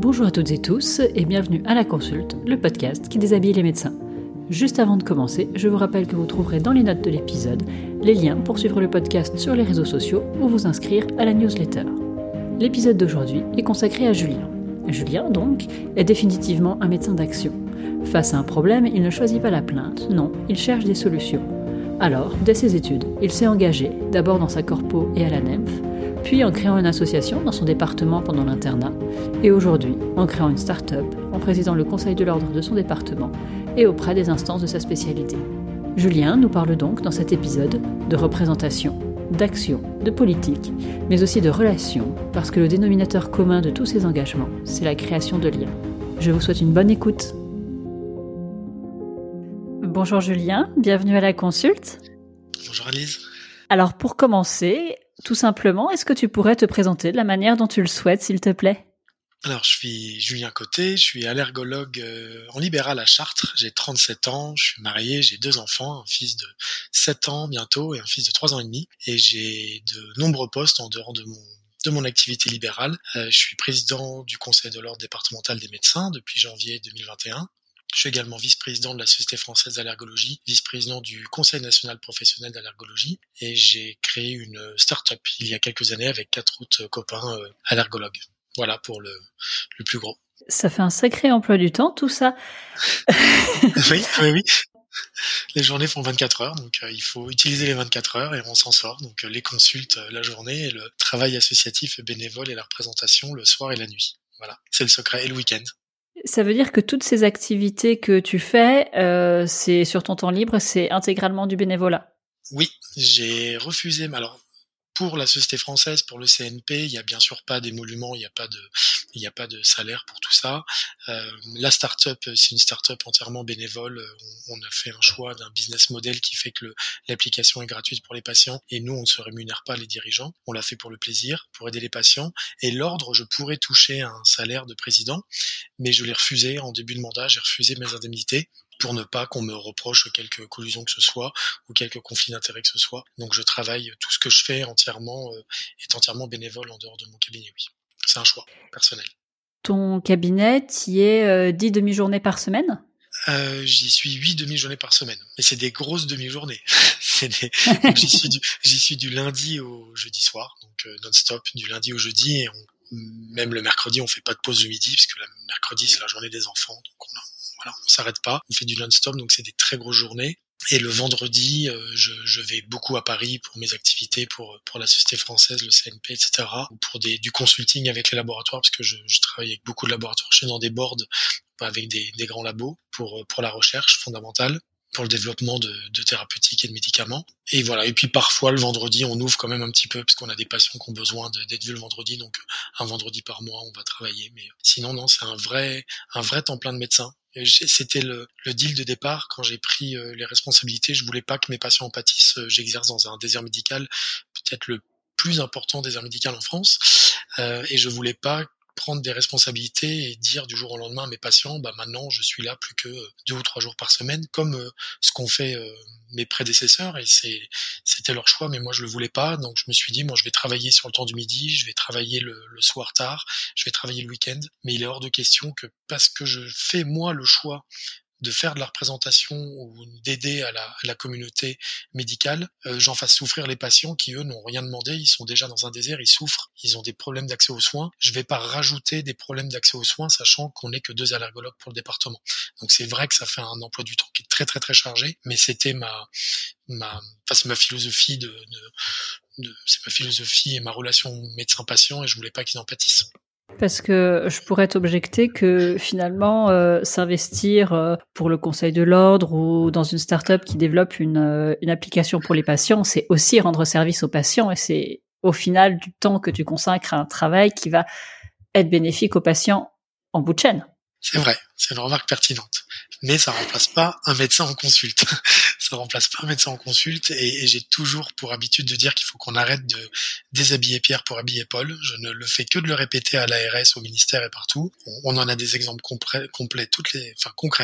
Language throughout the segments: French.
Bonjour à toutes et tous et bienvenue à La Consulte, le podcast qui déshabille les médecins. Juste avant de commencer, je vous rappelle que vous trouverez dans les notes de l'épisode les liens pour suivre le podcast sur les réseaux sociaux ou vous inscrire à la newsletter. L'épisode d'aujourd'hui est consacré à Julien. Julien, donc, est définitivement un médecin d'action. Face à un problème, il ne choisit pas la plainte, non, il cherche des solutions. Alors, dès ses études, il s'est engagé, d'abord dans sa corpo et à la NEMF, puis en créant une association dans son département pendant l'internat, et aujourd'hui en créant une start-up, en présidant le conseil de l'ordre de son département et auprès des instances de sa spécialité. Julien nous parle donc dans cet épisode de représentation, d'action, de politique, mais aussi de relations, parce que le dénominateur commun de tous ces engagements, c'est la création de liens. Je vous souhaite une bonne écoute. Bonjour Julien, bienvenue à La Consulte. Bonjour Alice. Alors pour commencer, tout simplement, est-ce que tu pourrais te présenter de la manière dont tu le souhaites, s'il te plaît ? Alors, je suis Julien Côté, je suis allergologue en libéral à Chartres, j'ai 37 ans, je suis marié, j'ai 2 enfants, un fils de 7 ans bientôt et un fils de 3 ans et demi, et j'ai de nombreux postes en dehors de mon activité libérale. Je suis président du conseil de l'ordre départemental des médecins depuis janvier 2021. Je suis également vice-président de la Société française d'allergologie, vice-président du Conseil national professionnel d'allergologie, et j'ai créé une start-up il y a quelques années avec 4 autres copains allergologues. Voilà pour le plus gros. Ça fait un sacré emploi du temps, tout ça. Oui. Les journées font 24 heures, donc il faut utiliser les 24 heures et on s'en sort. Donc les consultes la journée et le travail associatif et bénévole et la représentation le soir et la nuit. Voilà, c'est le secret, et le week-end. Ça veut dire que toutes ces activités que tu fais, c'est sur ton temps libre, c'est intégralement du bénévolat. Oui, j'ai refusé, mais alors pour la société française, pour le CNP, il y a bien sûr pas d'émolument, il n'y a pas de salaire pour tout ça. La start-up, c'est une start-up entièrement bénévole. On a fait un choix d'un business model qui fait que l'application est gratuite pour les patients et nous, on ne se rémunère pas les dirigeants. On l'a fait pour le plaisir, pour aider les patients. Et l'ordre, je pourrais toucher un salaire de président, mais je l'ai refusé en début de mandat, j'ai refusé mes indemnités pour ne pas qu'on me reproche quelque collusion que ce soit ou quelque conflit d'intérêt que ce soit. Donc je travaille, tout ce que je fais est entièrement bénévole en dehors de mon cabinet, oui. C'est un choix personnel. Ton cabinet, y est 10 demi-journées par semaine ? J'y suis 8 demi-journées par semaine. Mais c'est des grosses demi-journées. J'y suis du lundi au jeudi soir, donc non-stop, du lundi au jeudi, et même le mercredi, on fait pas de pause le midi, parce que le mercredi, c'est la journée des enfants, donc on s'arrête pas, on fait du non-stop, donc c'est des très grosses journées. Et le vendredi, je vais beaucoup à Paris pour mes activités, pour la société française, le CNP, etc. Ou pour du consulting avec les laboratoires, parce que je travaille avec beaucoup de laboratoires. Je suis dans des boards avec des grands labos pour la recherche fondamentale, pour le développement de thérapeutiques et de médicaments. Et voilà. Et puis parfois, le vendredi, on ouvre quand même un petit peu, parce qu'on a des patients qui ont besoin d'être vus le vendredi. Donc, un vendredi par mois, on va travailler. Mais sinon, non, c'est un vrai temps plein de médecin. Et c'était le deal de départ quand j'ai pris les responsabilités. Je voulais pas que mes patients en pâtissent. J'exerce dans un désert médical, peut-être le plus important désert médical en France. Et je voulais pas prendre des responsabilités et dire du jour au lendemain à mes patients, maintenant je suis là plus que 2 ou 3 jours par semaine, comme ce qu'ont fait mes prédécesseurs, et c'était leur choix, mais moi je le voulais pas. Donc je me suis dit, moi je vais travailler sur le temps du midi, je vais travailler le soir tard, je vais travailler le week-end, mais il est hors de question que parce que je fais moi le choix de faire de la représentation ou d'aider à la communauté médicale, j'en fasse souffrir les patients qui, eux, n'ont rien demandé, ils sont déjà dans un désert, ils souffrent, ils ont des problèmes d'accès aux soins. Je vais pas rajouter des problèmes d'accès aux soins, sachant qu'on n'est que 2 allergologues pour le département. Donc c'est vrai que ça fait un emploi du temps qui est très très très chargé, mais c'était c'est ma philosophie c'est ma philosophie et ma relation médecin-patient, et je voulais pas qu'ils en pâtissent. Parce que je pourrais t'objecter que finalement, s'investir pour le conseil de l'ordre ou dans une start-up qui développe une application pour les patients, c'est aussi rendre service aux patients, et c'est au final du temps que tu consacres à un travail qui va être bénéfique aux patients en bout de chaîne. C'est vrai, c'est une remarque pertinente. Mais ça remplace pas un médecin en consulte. Ça remplace pas un médecin en consulte, et j'ai toujours pour habitude de dire qu'il faut qu'on arrête de déshabiller Pierre pour habiller Paul. Je ne le fais que de le répéter à l'ARS, au ministère et partout. On en a des exemples concrets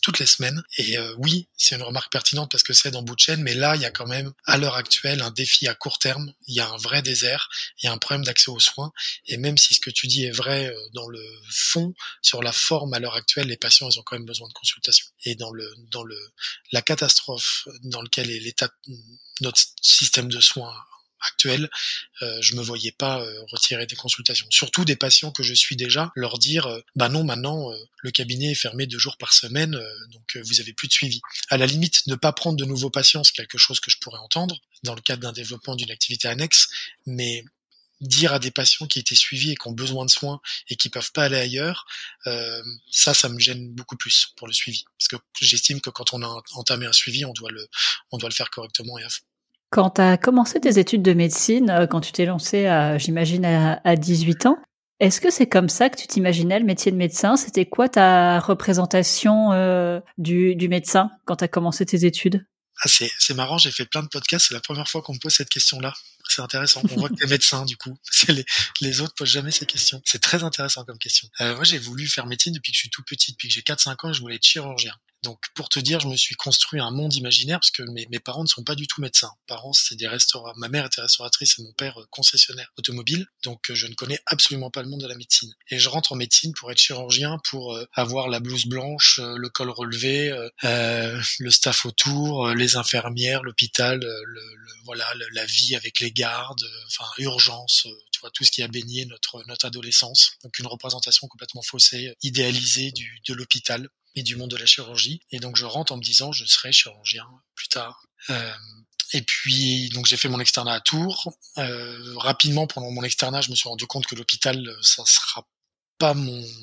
toutes les semaines. Et oui, c'est une remarque pertinente parce que c'est dans bout de chaîne, mais là, il y a quand même, à l'heure actuelle, un défi à court terme. Il y a un vrai désert, il y a un problème d'accès aux soins. Et même si ce que tu dis est vrai dans le fond, sur la forme, à l'heure actuelle, les patients, ils ont quand même besoin de consultation. Et la catastrophe dans laquelle est l'état de notre système de soins actuel, je me voyais pas retirer des consultations. Surtout des patients que je suis déjà, leur dire bah non, maintenant le cabinet est fermé 2 jours par semaine, donc vous avez plus de suivi. À la limite, ne pas prendre de nouveaux patients, c'est quelque chose que je pourrais entendre dans le cadre d'un développement d'une activité annexe, mais dire à des patients qui étaient suivis et qui ont besoin de soins et qui peuvent pas aller ailleurs, ça me gêne beaucoup plus pour le suivi, parce que j'estime que quand on a entamé un suivi, on doit le faire correctement et à fond. Quand tu as commencé tes études de médecine, quand tu t'es lancé, j'imagine, à 18 ans, est-ce que c'est comme ça que tu t'imaginais le métier de médecin? C'était quoi ta représentation du médecin quand tu as commencé tes études? Ah, c'est marrant, j'ai fait plein de podcasts, c'est la première fois qu'on me pose cette question-là. C'est intéressant. On voit que t'es médecin, du coup. Les autres posent jamais ces questions. C'est très intéressant comme question. Moi, j'ai voulu faire médecine depuis que je suis tout petit, depuis que j'ai 4-5 ans, et je voulais être chirurgien. Donc, pour te dire, je me suis construit un monde imaginaire parce que mes parents ne sont pas du tout médecins. Mes parents, c'est des restaurateurs. Ma mère était restauratrice et mon père concessionnaire automobile. Donc, je ne connais absolument pas le monde de la médecine. Et je rentre en médecine pour être chirurgien, pour avoir la blouse blanche, le col relevé, le staff autour, les infirmières, l'hôpital, voilà, la vie avec les gardes, enfin urgence, tu vois, tout ce qui a baigné notre adolescence. Donc, une représentation complètement faussée, idéalisée de l'hôpital et du monde de la chirurgie. Et donc je rentre en me disant je serai chirurgien plus tard. Et puis donc j'ai fait mon externat à Tours. Rapidement pendant mon externat, je me suis rendu compte que l'hôpital ça sera pas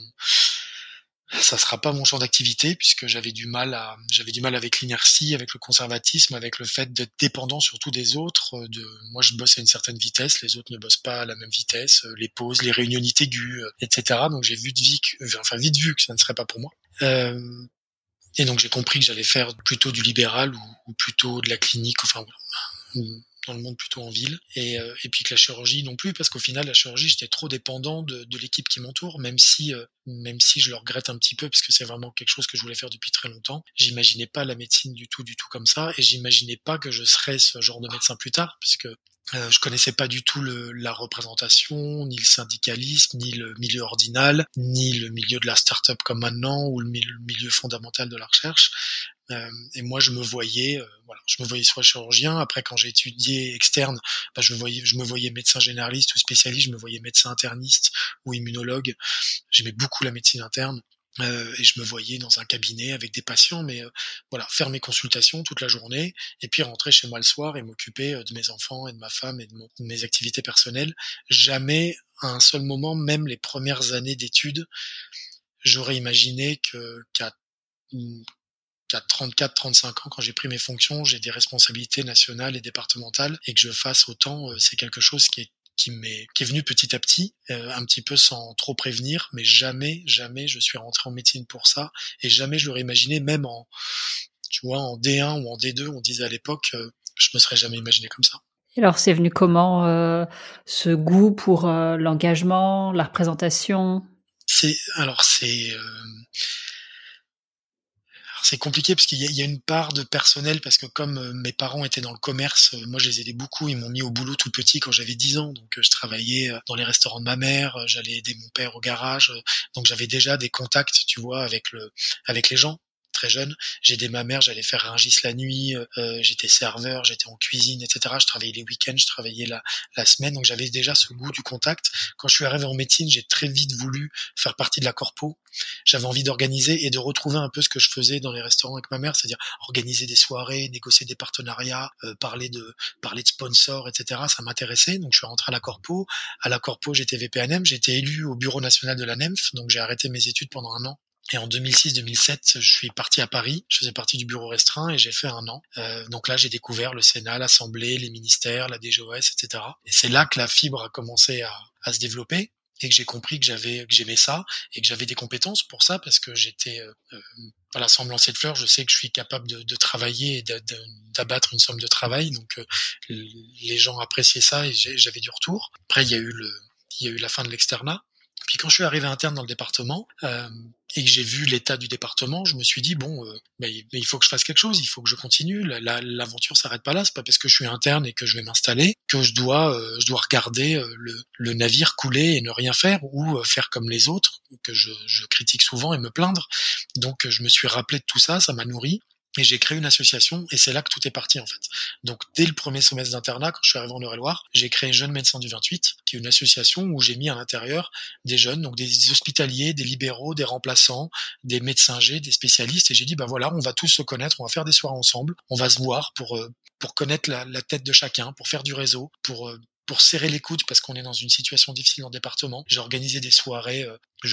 mon champ d'activité, puisque j'avais du mal avec l'inertie, avec le conservatisme, avec le fait d'être dépendant surtout des autres. Moi, je bosse à une certaine vitesse, les autres ne bossent pas à la même vitesse, les pauses, les réunionites aiguës, etc. Donc j'ai vite vu que ça ne serait pas pour moi. Et donc j'ai compris que j'allais faire plutôt du libéral ou plutôt de la clinique, enfin dans le monde plutôt en ville, et puis que la chirurgie non plus, parce qu'au final la chirurgie j'étais trop dépendant de l'équipe qui m'entoure, même si je le regrette un petit peu parce que c'est vraiment quelque chose que je voulais faire depuis très longtemps. J'imaginais pas la médecine du tout comme ça, et j'imaginais pas que je serais ce genre de médecin plus tard, puisque je connaissais pas du tout la représentation, ni le syndicalisme, ni le milieu ordinal, ni le milieu de la start-up comme maintenant, ou le milieu fondamental de la recherche. Et moi, je me voyais soit chirurgien. Après, quand j'ai étudié externe, je me voyais médecin généraliste ou spécialiste. Je me voyais médecin interniste ou immunologue. J'aimais beaucoup la médecine interne. Et je me voyais dans un cabinet avec des patients, mais faire mes consultations toute la journée, et puis rentrer chez moi le soir et m'occuper de mes enfants et de ma femme et de mes activités personnelles. Jamais à un seul moment, même les premières années d'études, j'aurais imaginé qu'à 34-35 ans, quand j'ai pris mes fonctions, j'ai des responsabilités nationales et départementales, et que je fasse autant, c'est quelque chose qui est venu petit à petit, un petit peu sans trop prévenir, mais jamais je suis rentré en médecine pour ça, et jamais je l'aurais imaginé, même en D1 ou en D2, on disait à l'époque, je me serais jamais imaginé comme ça. Et alors, c'est venu comment, ce goût pour l'engagement, la représentation? C'est compliqué parce qu'il y a une part de personnel, parce que comme mes parents étaient dans le commerce, moi je les aidais beaucoup, ils m'ont mis au boulot tout petit quand j'avais 10 ans, donc je travaillais dans les restaurants de ma mère, j'allais aider mon père au garage, donc j'avais déjà des contacts, tu vois, avec les gens. Très jeune, j'aidais ma mère, j'allais faire Rungis la nuit, j'étais serveur, j'étais en cuisine, etc. Je travaillais les week-ends, je travaillais la semaine, donc j'avais déjà ce goût du contact. Quand je suis arrivé en médecine, j'ai très vite voulu faire partie de la corpo. J'avais envie d'organiser et de retrouver un peu ce que je faisais dans les restaurants avec ma mère, c'est-à-dire organiser des soirées, négocier des partenariats, parler de sponsors, etc. Ça m'intéressait, donc je suis rentré à la corpo. À la corpo, j'étais VPNM, j'ai été élu au bureau national de la NEMF, donc j'ai arrêté mes études pendant 1 an. Et en 2006-2007, je suis parti à Paris. Je faisais partie du bureau restreint et j'ai fait 1 an. Donc là, j'ai découvert le Sénat, l'Assemblée, les ministères, la DGOS, etc. Et c'est là que la fibre a commencé à se développer, et que j'ai compris que j'aimais ça et que j'avais des compétences pour ça, parce que j'étais, sans me lancer de fleurs, je sais que je suis capable de travailler et d'abattre une somme de travail. Donc les gens appréciaient ça et j'avais du retour. Après, il y a eu la fin de l'externat. Puis quand je suis arrivé interne dans le département et que j'ai vu l'état du département, je me suis dit mais il faut que je fasse quelque chose, il faut que je continue. L'aventure s'arrête pas là. C'est pas parce que je suis interne et que je vais m'installer que je dois regarder le navire couler et ne rien faire ou faire comme les autres que je critique souvent et me plaindre. Donc je me suis rappelé de tout ça, ça m'a nourri. Et j'ai créé une association et c'est là que tout est parti en fait. Donc dès le premier semestre d'internat, quand je suis arrivé en Eure-et-Loire, j'ai créé Jeunes Médecins du 28, qui est une association où j'ai mis à l'intérieur des jeunes, donc des hospitaliers, des libéraux, des remplaçants, des médecins G, des spécialistes. Et j'ai dit voilà, on va tous se connaître, on va faire des soirées ensemble, on va se voir pour connaître la tête de chacun, pour faire du réseau, pour serrer les coudes parce qu'on est dans une situation difficile dans le département. J'ai organisé des soirées,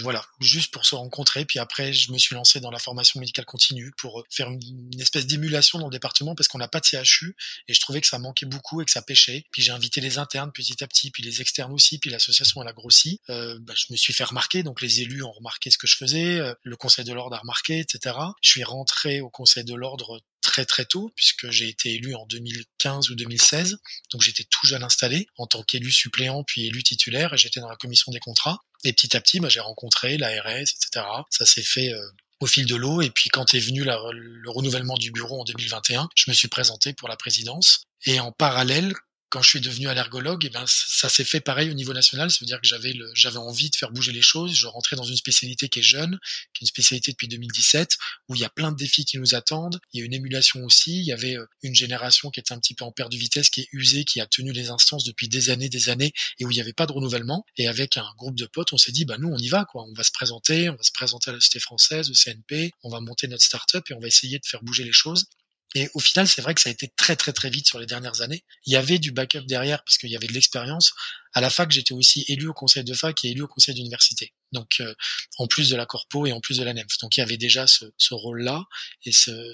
juste pour se rencontrer. Puis après, je me suis lancé dans la formation médicale continue pour faire une espèce d'émulation dans le département parce qu'on n'a pas de CHU et je trouvais que ça manquait beaucoup et que ça pêchait. Puis j'ai invité les internes petit à petit, puis les externes aussi, puis l'association elle a grossi. Je me suis fait remarquer, donc les élus ont remarqué ce que je faisais, le Conseil de l'ordre a remarqué, etc. Je suis rentré au Conseil de l'ordre très très tôt puisque j'ai été élu en 2015 ou 2016, donc j'étais tout jeune installé en tant qu'élu suppléant puis élu titulaire et j'étais dans la commission des contrats et petit à petit j'ai rencontré l'ARS, etc. Ça s'est fait au fil de l'eau et puis quand est venu le renouvellement du bureau en 2021, je me suis présenté pour la présidence et en parallèle quand je suis devenu allergologue, ça s'est fait pareil au niveau national. Ça veut dire que j'avais envie de faire bouger les choses. Je rentrais dans une spécialité qui est jeune, qui est une spécialité depuis 2017, où il y a plein de défis qui nous attendent. Il y a une émulation aussi. Il y avait une génération qui était un petit peu en perte de vitesse, qui est usée, qui a tenu les instances depuis des années, et où il n'y avait pas de renouvellement. Et avec un groupe de potes, on s'est dit, nous, on y va, quoi. On va se présenter à la Société française, au CNP, on va monter notre start-up et on va essayer de faire bouger les choses. Et au final, c'est vrai que ça a été très très très vite sur les dernières années. Il y avait du backup derrière parce qu'il y avait de l'expérience. À la fac, j'étais aussi élu au conseil de fac et élu au conseil d'université. Donc, en plus de la corpo et en plus de la NEMF. Donc, il y avait déjà ce rôle-là et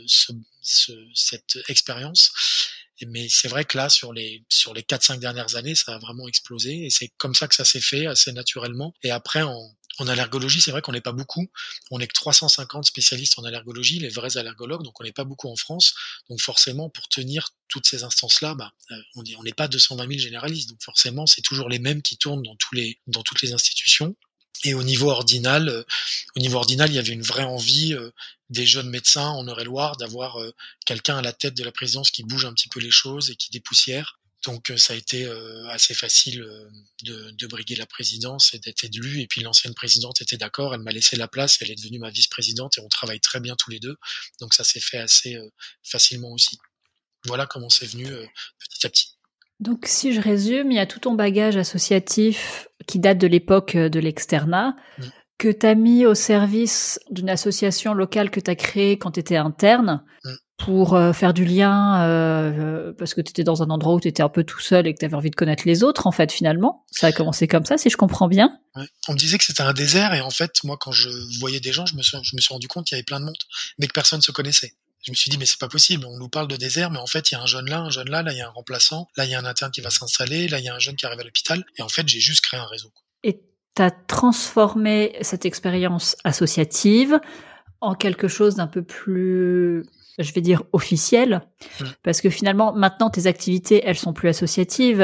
cette expérience. Mais c'est vrai que là, sur les 4-5 dernières années, ça a vraiment explosé et c'est comme ça que ça s'est fait assez naturellement. Et après, en allergologie, c'est vrai qu'on n'est pas beaucoup. On n'est que 350 spécialistes en allergologie, les vrais allergologues, donc on n'est pas beaucoup en France. Donc forcément, pour tenir toutes ces instances-là, on n'est pas 220 000 généralistes. Donc forcément, c'est toujours les mêmes qui tournent dans toutes les institutions. Et au niveau ordinal, il y avait une vraie envie des jeunes médecins en Eure-et-Loire d'avoir quelqu'un à la tête de la présidence qui bouge un petit peu les choses et qui dépoussière. Donc ça a été assez facile de briguer la présidence et d'être élu. Et puis l'ancienne présidente était d'accord, elle m'a laissé la place, elle est devenue ma vice-présidente et on travaille très bien tous les deux. Donc ça s'est fait assez facilement aussi. Voilà comment c'est venu petit à petit. Donc si je résume, il y a tout ton bagage associatif qui date de l'époque de l'externat, que tu as mis au service d'une association locale que tu as créée quand tu étais interne, pour faire du lien, parce que tu étais dans un endroit où tu étais un peu tout seul et que tu avais envie de connaître les autres, en fait, finalement. Ça a commencé comme ça, si je comprends bien. Ouais. On me disait que c'était un désert et en fait, moi, quand je voyais des gens, je me suis rendu compte qu'il y avait plein de monde, mais que personne se connaissait. Je me suis dit, mais c'est pas possible, on nous parle de désert, mais en fait, il y a un jeune là, il y a un remplaçant, là, il y a un interne qui va s'installer, là, il y a un jeune qui arrive à l'hôpital, et en fait, j'ai juste créé un réseau. Et t'as transformé cette expérience associative en quelque chose d'un peu plus, je vais dire, officiel, parce que finalement, maintenant, tes activités, elles sont plus associatives.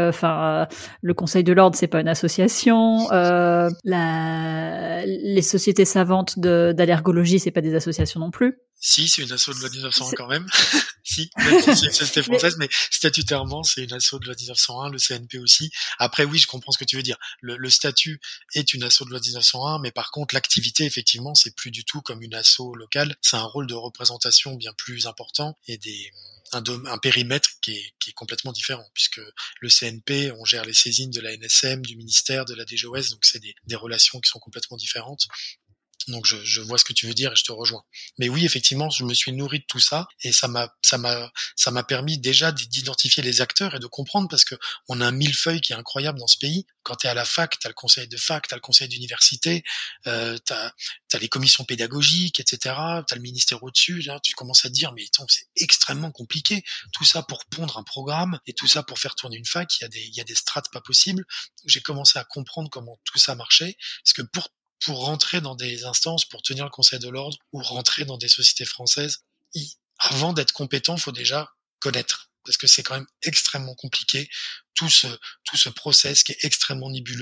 Le Conseil de l'Ordre, c'est pas une association. Les sociétés savantes d'allergologie, c'est pas des associations non plus. Si, c'est une asso de loi 1901 quand même. Si, même si c'est une société française, mais statutairement, c'est une asso de loi 1901, le CNP aussi. Après, oui, je comprends ce que tu veux dire. Le statut est une asso de loi 1901, mais par contre, l'activité, effectivement, c'est plus du tout comme une asso locale. C'est un rôle de représentation bien plus important et un périmètre qui est complètement différent, puisque le CNP, on gère les saisines de la NSM, du ministère, de la DGOS, donc c'est des relations qui sont complètement différentes. Donc je vois ce que tu veux dire et je te rejoins. Mais oui, effectivement, je me suis nourri de tout ça et ça m'a permis déjà d'identifier les acteurs et de comprendre parce que on a un millefeuille qui est incroyable dans ce pays. Quand tu es à la fac, tu as le conseil de fac, tu as le conseil d'université, t'as les commissions pédagogiques, etc. Tu as le ministère au-dessus, là, tu commences à te dire mais attends, c'est extrêmement compliqué tout ça pour pondre un programme et tout ça pour faire tourner une fac, il y a des strates pas possibles. J'ai commencé à comprendre comment tout ça marchait parce que pour rentrer dans des instances, pour tenir le Conseil de l'Ordre ou rentrer dans des sociétés françaises, avant d'être compétent, il faut déjà connaître. Parce que c'est quand même extrêmement compliqué, tout ce process qui est extrêmement nébuleux.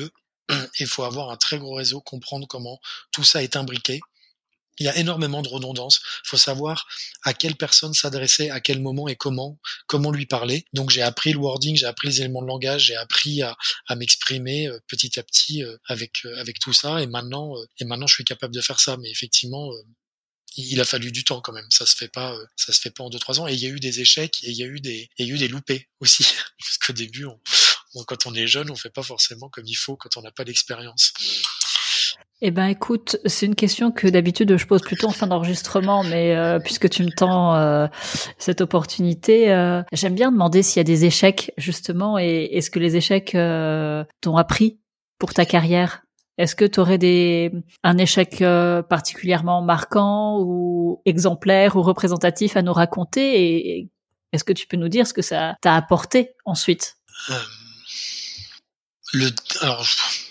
Il faut avoir un très gros réseau, comprendre comment tout ça est imbriqué. Il y a énormément de redondance. Il faut savoir à quelle personne s'adresser, à quel moment et comment lui parler. Donc j'ai appris le wording, j'ai appris les éléments de langage, j'ai appris à m'exprimer petit à petit avec tout ça. Et maintenant, je suis capable de faire ça. Mais effectivement, il a fallu du temps quand même. Ça se fait pas en 2-3 ans. Et il y a eu des échecs et il y a eu des loupés aussi. Parce qu'au début, quand on est jeune, on fait pas forcément comme il faut quand on n'a pas d'expérience. Eh ben, écoute, c'est une question que d'habitude je pose plutôt en fin d'enregistrement, mais puisque tu me tends cette opportunité, j'aime bien demander s'il y a des échecs justement, et est-ce que les échecs t'ont appris pour ta carrière? Est-ce que tu aurais un échec particulièrement marquant ou exemplaire ou représentatif à nous raconter, et est-ce que tu peux nous dire ce que ça t'a apporté ensuite? Alors,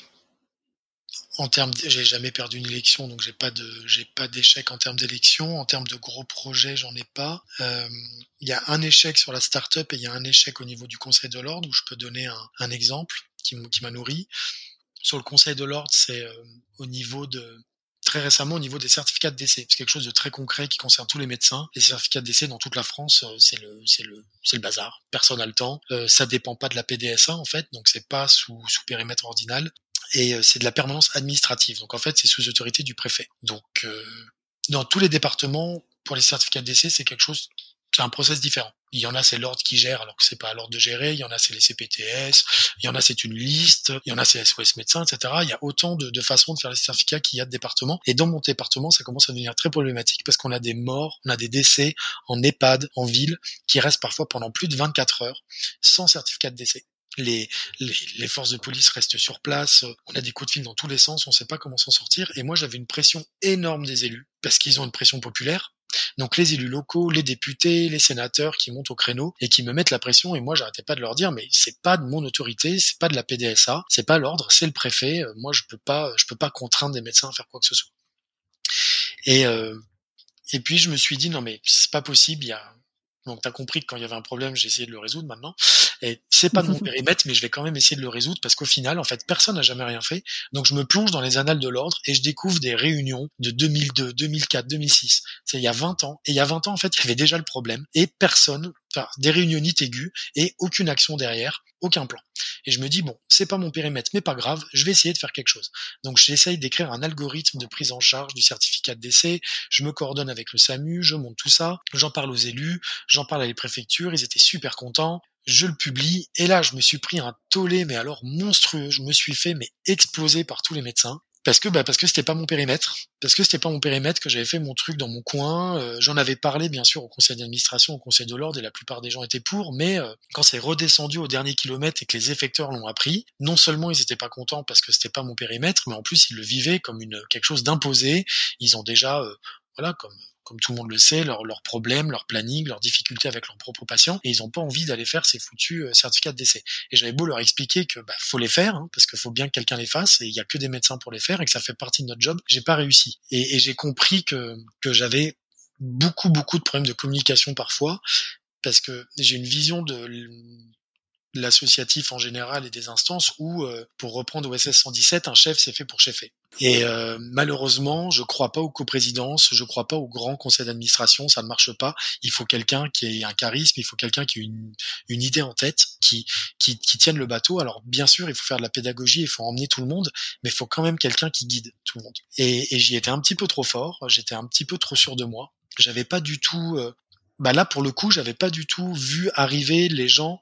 j'ai jamais perdu une élection, donc j'ai pas d'échec en termes d'élection. En termes de gros projets, j'en ai pas. Il y a un échec sur la start-up et il y a un échec au niveau du Conseil de l'Ordre où je peux donner un exemple qui m'a nourri. Sur le Conseil de l'Ordre, c'est très récemment au niveau des certificats de décès. C'est quelque chose de très concret qui concerne tous les médecins. Les certificats de décès dans toute la France, c'est le bazar. Personne n'a le temps. Ça dépend pas de la PDSA en fait, donc c'est pas sous périmètre ordinal. Et c'est de la permanence administrative. Donc en fait, c'est sous autorité du préfet. Donc dans tous les départements, pour les certificats de décès, c'est un process différent. Il y en a, c'est l'ordre qui gère, alors que c'est pas à l'ordre de gérer. Il y en a, c'est les CPTS. Il y en a, c'est une liste. Il y en a, c'est SOS médecins, etc. Il y a autant de façons de faire les certificats qu'il y a de départements. Et dans mon département, ça commence à devenir très problématique parce qu'on a des morts, on a des décès en EHPAD, en ville, qui restent parfois pendant plus de 24 heures sans certificat de décès. Les forces de police restent sur place, on a des coups de fil dans tous les sens, on sait pas comment s'en sortir. Et moi, j'avais une pression énorme des élus, parce qu'ils ont une pression populaire. Donc les élus locaux, les députés, les sénateurs qui montent au créneau et qui me mettent la pression, et moi j'arrêtais pas de leur dire mais c'est pas de mon autorité, c'est pas de la PDSA, c'est pas l'ordre, c'est le préfet, moi je peux pas contraindre des médecins à faire quoi que ce soit. Et puis je me suis dit non mais c'est pas possible, donc t'as compris que quand il y avait un problème, j'ai essayé de le résoudre maintenant. Et c'est pas de mon périmètre, mais je vais quand même essayer de le résoudre parce qu'au final, en fait, personne n'a jamais rien fait. Donc je me plonge dans les annales de l'ordre et je découvre des réunions de 2002, 2004, 2006. C'est il y a 20 ans. Et il y a 20 ans, en fait, il y avait déjà le problème. Et des réunionites aiguës et aucune action derrière, aucun plan. Et je me dis, bon, c'est pas mon périmètre, mais pas grave, je vais essayer de faire quelque chose. Donc j'essaye d'écrire un algorithme de prise en charge du certificat de décès, je me coordonne avec le SAMU, je monte tout ça, j'en parle aux élus, j'en parle à les préfectures, ils étaient super contents. Je le publie, et là, je me suis pris un tollé, mais alors monstrueux. Je me suis fait, exploser par tous les médecins. Parce que c'était pas mon périmètre. Parce que c'était pas mon périmètre, que j'avais fait mon truc dans mon coin. J'en avais parlé, bien sûr, au conseil d'administration, au conseil de l'ordre, et la plupart des gens étaient pour. Mais quand c'est redescendu au dernier kilomètre et que les effecteurs l'ont appris, non seulement ils étaient pas contents parce que c'était pas mon périmètre, mais en plus ils le vivaient comme quelque chose d'imposé. Ils ont déjà, comme tout le monde le sait, leurs problèmes, leurs plannings, leurs difficultés avec leurs propres patients, et ils n'ont pas envie d'aller faire ces foutus certificats de décès. Et j'avais beau leur expliquer que faut les faire, hein, parce qu'il faut bien que quelqu'un les fasse, et il y a que des médecins pour les faire, et que ça fait partie de notre job, j'ai pas réussi. Et j'ai compris que j'avais beaucoup de problèmes de communication parfois, parce que j'ai une vision de l'associatif en général et des instances où, pour reprendre OSS 117, un chef c'est fait pour cheffer. Et malheureusement, je crois pas aux coprésidences, je crois pas au grand conseil d'administration, ça ne marche pas. Il faut quelqu'un qui ait un charisme, il faut quelqu'un qui ait une idée en tête, qui tienne le bateau. Alors bien sûr, il faut faire de la pédagogie, il faut emmener tout le monde, mais il faut quand même quelqu'un qui guide tout le monde. Et j'y étais un petit peu trop fort, j'étais un petit peu trop sûr de moi. J'avais pas du tout là pour le coup, j'avais pas du tout vu arriver les gens.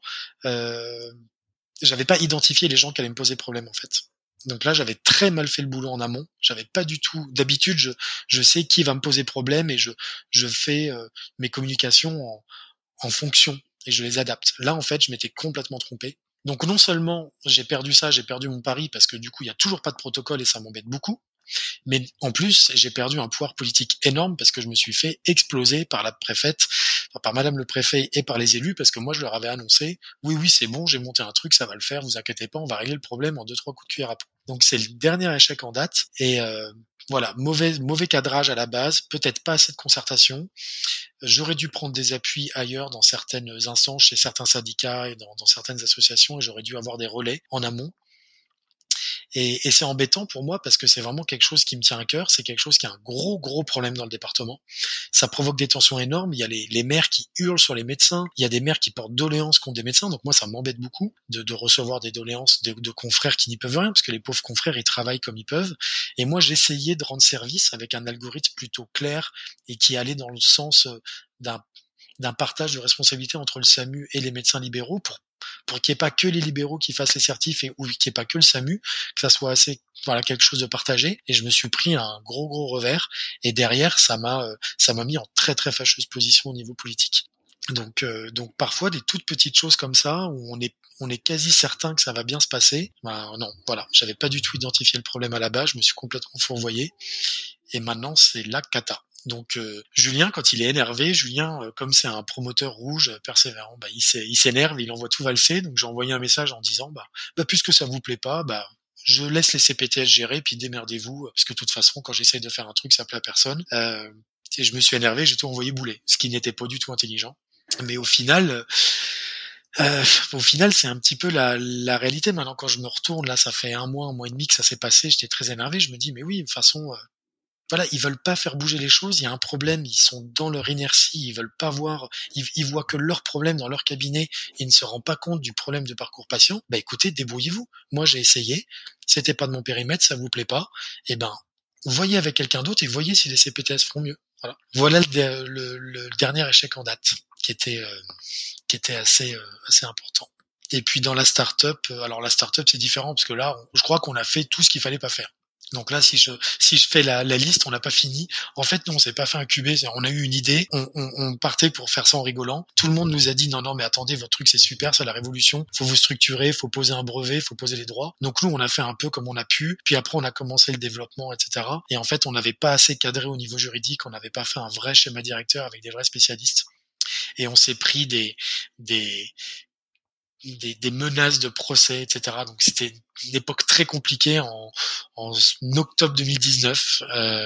J'avais pas identifié les gens qui allaient me poser problème en fait. Donc là, j'avais très mal fait le boulot en amont. J'avais pas du tout. D'habitude, je sais qui va me poser problème et je fais mes communications en fonction et je les adapte. Là, en fait, je m'étais complètement trompé. Donc non seulement j'ai perdu mon pari parce que du coup, il y a toujours pas de protocole et ça m'embête beaucoup. Mais en plus, j'ai perdu un pouvoir politique énorme parce que je me suis fait exploser par la préfète, par madame le préfet et par les élus parce que moi je leur avais annoncé oui c'est bon, j'ai monté un truc, ça va le faire, vous inquiétez pas, on va régler le problème en 2-3 coups de cuillère à peau. Donc c'est le dernier échec en date et voilà, mauvais cadrage à la base, peut-être pas assez de concertation. J'aurais dû prendre des appuis ailleurs dans certaines instances, chez certains syndicats et dans certaines associations et j'aurais dû avoir des relais en amont. Et c'est embêtant pour moi parce que c'est vraiment quelque chose qui me tient à cœur. C'est quelque chose qui est un gros problème dans le département. Ça provoque des tensions énormes. Il y a les maires qui hurlent sur les médecins. Il y a des maires qui portent doléances contre des médecins. Donc moi, ça m'embête beaucoup de recevoir des doléances de confrères qui n'y peuvent rien parce que les pauvres confrères, ils travaillent comme ils peuvent. Et moi, j'essayais de rendre service avec un algorithme plutôt clair et qui allait dans le sens d'un partage de responsabilité entre le SAMU et les médecins libéraux pour qu'il n'y ait pas que les libéraux qui fassent les certifs ou qu'il n'y ait pas que le SAMU, que ça soit assez, voilà, quelque chose de partagé. Et je me suis pris un gros revers. Et derrière, ça m'a mis en très fâcheuse position au niveau politique. Donc parfois des toutes petites choses comme ça où on est quasi certain que ça va bien se passer. Bah non, voilà, j'avais pas du tout identifié le problème à la base, je me suis complètement fourvoyé. Et maintenant, c'est la cata. Donc Julien, quand il est énervé, comme c'est un promoteur rouge persévérant, bah il s'énerve, il envoie tout valser. Donc j'ai envoyé un message en disant bah puisque ça vous plaît pas, bah je laisse les CPTS gérer, puis démerdez-vous, parce que de toute façon, quand j'essaye de faire un truc, ça plaît à personne. Et je me suis énervé, j'ai tout envoyé bouler, ce qui n'était pas du tout intelligent. Mais au final, c'est un petit peu la réalité. Maintenant, quand je me retourne, là, ça fait un mois et demi que ça s'est passé, j'étais très énervé. Je me dis, mais oui, de toute façon, voilà, ils veulent pas faire bouger les choses. Il y a un problème. Ils sont dans leur inertie. Ils veulent pas voir. Ils voient que leur problème dans leur cabinet. Ils ne se rendent pas compte du problème de parcours patient. Bah, écoutez, débrouillez-vous. Moi, j'ai essayé. C'était pas de mon périmètre. Ça vous plaît pas. Eh ben, voyez avec quelqu'un d'autre et voyez si les CPTS feront mieux. Voilà le dernier échec en date qui était assez important. Et puis dans la start-up, alors la start-up c'est différent parce que là, je crois qu'on a fait tout ce qu'il fallait pas faire. Donc là, si je fais la liste, on n'a pas fini. En fait, non, on s'est pas fait incuber. On a eu une idée, on partait pour faire ça en rigolant. Tout le monde nous a dit non, mais attendez, votre truc c'est super, c'est la révolution. Faut vous structurer, faut poser un brevet, faut poser les droits. Donc nous, on a fait un peu comme on a pu. Puis après, on a commencé le développement, etc. Et en fait, on n'avait pas assez cadré au niveau juridique, on n'avait pas fait un vrai schéma directeur avec des vrais spécialistes. Et on s'est pris des menaces de procès, etc. Donc c'était une époque très compliquée en octobre 2019,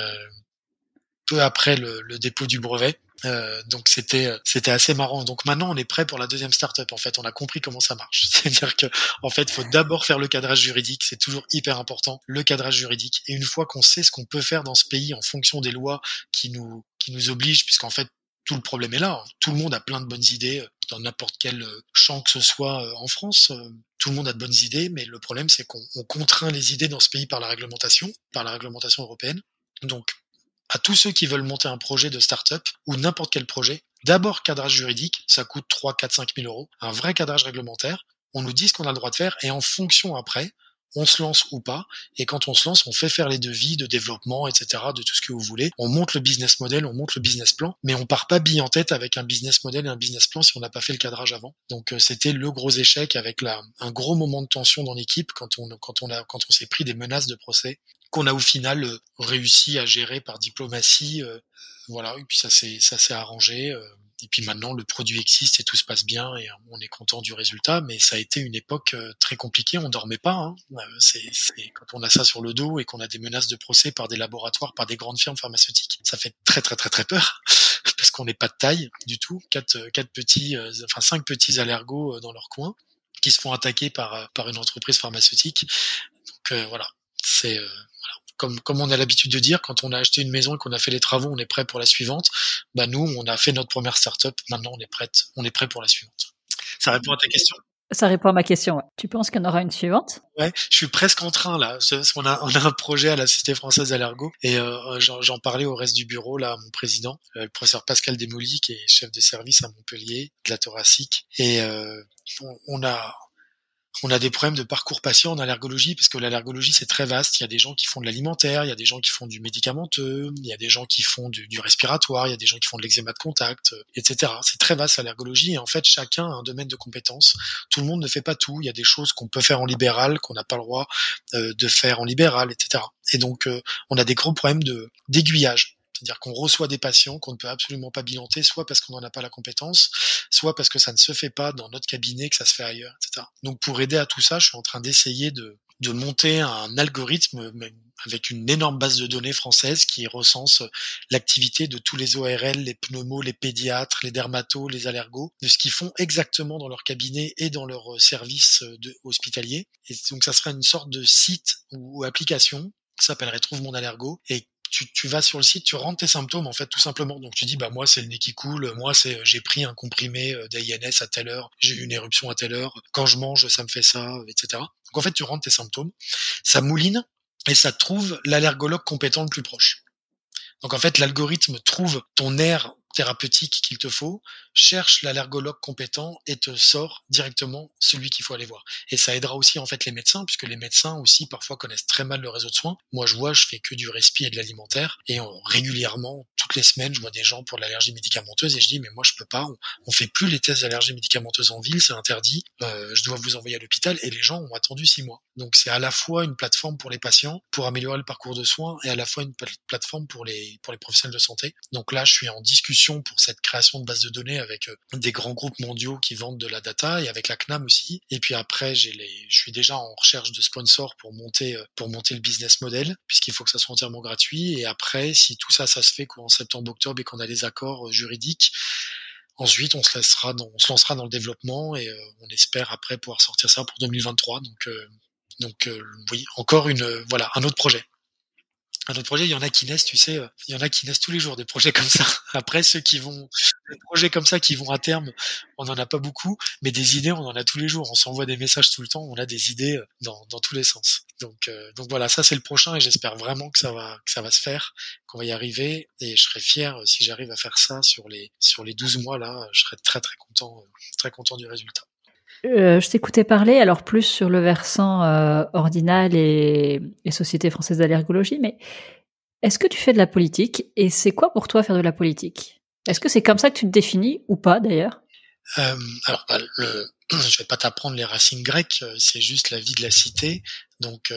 peu après le dépôt du brevet. Donc c'était assez marrant. Donc maintenant on est prêt pour la deuxième startup. En fait, on a compris comment ça marche. C'est-à-dire que en fait, faut d'abord faire le cadrage juridique. C'est toujours hyper important, le cadrage juridique. Et une fois qu'on sait ce qu'on peut faire dans ce pays en fonction des lois qui nous obligent, puisqu'en fait tout le problème est là. Tout le monde a plein de bonnes idées dans n'importe quel champ que ce soit en France. Tout le monde a de bonnes idées, mais le problème c'est qu'on contraint les idées dans ce pays par la réglementation européenne. Donc à tous ceux qui veulent monter un projet de start-up ou n'importe quel projet, d'abord cadrage juridique, ça coûte 3, 4, 5 000 euros. Un vrai cadrage réglementaire, on nous dit ce qu'on a le droit de faire et en fonction après, on se lance ou pas. Et quand on se lance, on fait faire les devis de développement, etc., de tout ce que vous voulez. On monte le business model, on monte le business plan, mais on part pas bille en tête avec un business model et un business plan si on n'a pas fait le cadrage avant. Donc c'était le gros échec avec un gros moment de tension dans l'équipe quand on s'est pris des menaces de procès qu'on a au final réussi à gérer par diplomatie. Voilà, et puis ça s'est arrangé. Et puis maintenant, le produit existe et tout se passe bien et on est content du résultat. Mais ça a été une époque très compliquée. On dormait pas. Hein. C'est quand on a ça sur le dos et qu'on a des menaces de procès par des laboratoires, par des grandes firmes pharmaceutiques, ça fait très peur parce qu'on n'est pas de taille du tout. 5 petits allergos dans leur coin qui se font attaquer par une entreprise pharmaceutique. Donc voilà, c'est comme on a l'habitude de dire, quand on a acheté une maison et qu'on a fait les travaux, on est prêt pour la suivante. Bah nous, on a fait notre première start-up. Maintenant, on est prêt pour la suivante. Ça répond à ta question? Ça répond à ma question. Ouais. Tu penses qu'il y en aura une suivante? Ouais, je suis presque en train là. On a un projet à la Société française d'Allergo et j'en parlais au reste du bureau là, à mon président, le professeur Pascal Desmoulies, qui est chef de service à Montpellier, de la thoracique. Et on a des problèmes de parcours patient en allergologie parce que l'allergologie c'est très vaste. Il y a des gens qui font de l'alimentaire, il y a des gens qui font du médicamenteux, il y a des gens qui font du respiratoire, il y a des gens qui font de l'eczéma de contact, etc. C'est très vaste l'allergologie et en fait chacun a un domaine de compétence. Tout le monde ne fait pas tout. Il y a des choses qu'on peut faire en libéral, qu'on n'a pas le droit de faire en libéral, etc. Et donc on a des gros problèmes d'aiguillage. C'est-à-dire qu'on reçoit des patients qu'on ne peut absolument pas bilanter, soit parce qu'on n'en a pas la compétence, soit parce que ça ne se fait pas dans notre cabinet, que ça se fait ailleurs, etc. Donc pour aider à tout ça, je suis en train d'essayer de de monter un algorithme avec une énorme base de données française qui recense l'activité de tous les ORL, les pneumos, les pédiatres, les dermatos, les allergos, de ce qu'ils font exactement dans leur cabinet et dans leur service hospitalier. Et donc ça serait une sorte de site ou application qui s'appellerait Trouve mon allergo, et tu vas sur le site, tu rentres tes symptômes en fait tout simplement. Donc tu dis moi c'est le nez qui coule, moi c'est j'ai pris un comprimé d'AINS à telle heure, j'ai eu une éruption à telle heure, quand je mange ça me fait ça, etc. Donc en fait tu rentres tes symptômes, ça mouline et ça trouve l'allergologue compétent le plus proche. Donc en fait l'algorithme trouve ton aire thérapeutique qu'il te faut, cherche l'allergologue compétent et te sort directement celui qu'il faut aller voir. Et ça aidera aussi en fait les médecins, puisque les médecins aussi parfois connaissent très mal le réseau de soins. Moi je fais que du respi et de l'alimentaire, et régulièrement, toutes les semaines, je vois des gens pour de l'allergie médicamenteuse et je dis mais moi je peux pas, on fait plus les tests d'allergie médicamenteuse en ville, c'est interdit, je dois vous envoyer à l'hôpital, et les gens ont attendu 6 mois. Donc c'est à la fois une plateforme pour les patients, pour améliorer le parcours de soins, et à la fois une plateforme pour les professionnels de santé. Donc là je suis en discussion pour cette création de base de données avec des grands groupes mondiaux qui vendent de la data, et avec la CNAM aussi. Et puis après, je suis déjà en recherche de sponsors pour monter le business model, puisqu'il faut que ça soit entièrement gratuit. Et après, si tout ça se fait en septembre-octobre et qu'on a des accords juridiques, ensuite on se lancera dans le développement, et on espère après pouvoir sortir ça pour 2023. Donc oui, encore un autre projet. Un autre projet, il y en a qui naissent, tu sais, il y en a qui naissent tous les jours, des projets comme ça. Après, des projets comme ça qui vont à terme, on n'en a pas beaucoup, mais des idées, on en a tous les jours. On s'envoie des messages tout le temps, on a des idées dans tous les sens. Donc voilà, ça c'est le prochain, et j'espère vraiment que ça va se faire, qu'on va y arriver, et je serai fier si j'arrive à faire ça sur les 12 mois là, je serai très très content du résultat. Je t'écoutais parler, alors plus sur le versant Ordinal et Société française d'allergologie, mais est-ce que tu fais de la politique, et c'est quoi pour toi faire de la politique? Est-ce que c'est comme ça que tu te définis, ou pas d'ailleurs? Alors, je vais pas t'apprendre les racines grecques, c'est juste la vie de la cité. Donc,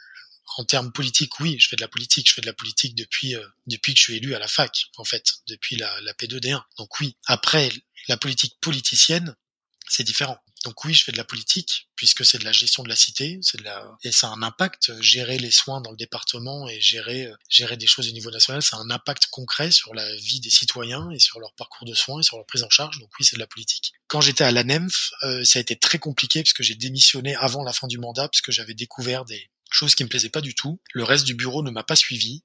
en termes politiques, oui, je fais de la politique. Je fais de la politique depuis que je suis élu à la fac, en fait, depuis la P2D1. Donc oui. Après, la politique politicienne, c'est différent. Donc oui, je fais de la politique, puisque c'est de la gestion de la cité, et ça a un impact. Gérer les soins dans le département et gérer des choses au niveau national, ça a un impact concret sur la vie des citoyens et sur leur parcours de soins et sur leur prise en charge. Donc oui, c'est de la politique. Quand j'étais à l'ANEMF, ça a été très compliqué, parce que j'ai démissionné avant la fin du mandat, parce que j'avais découvert des choses qui me plaisaient pas du tout. Le reste du bureau ne m'a pas suivi.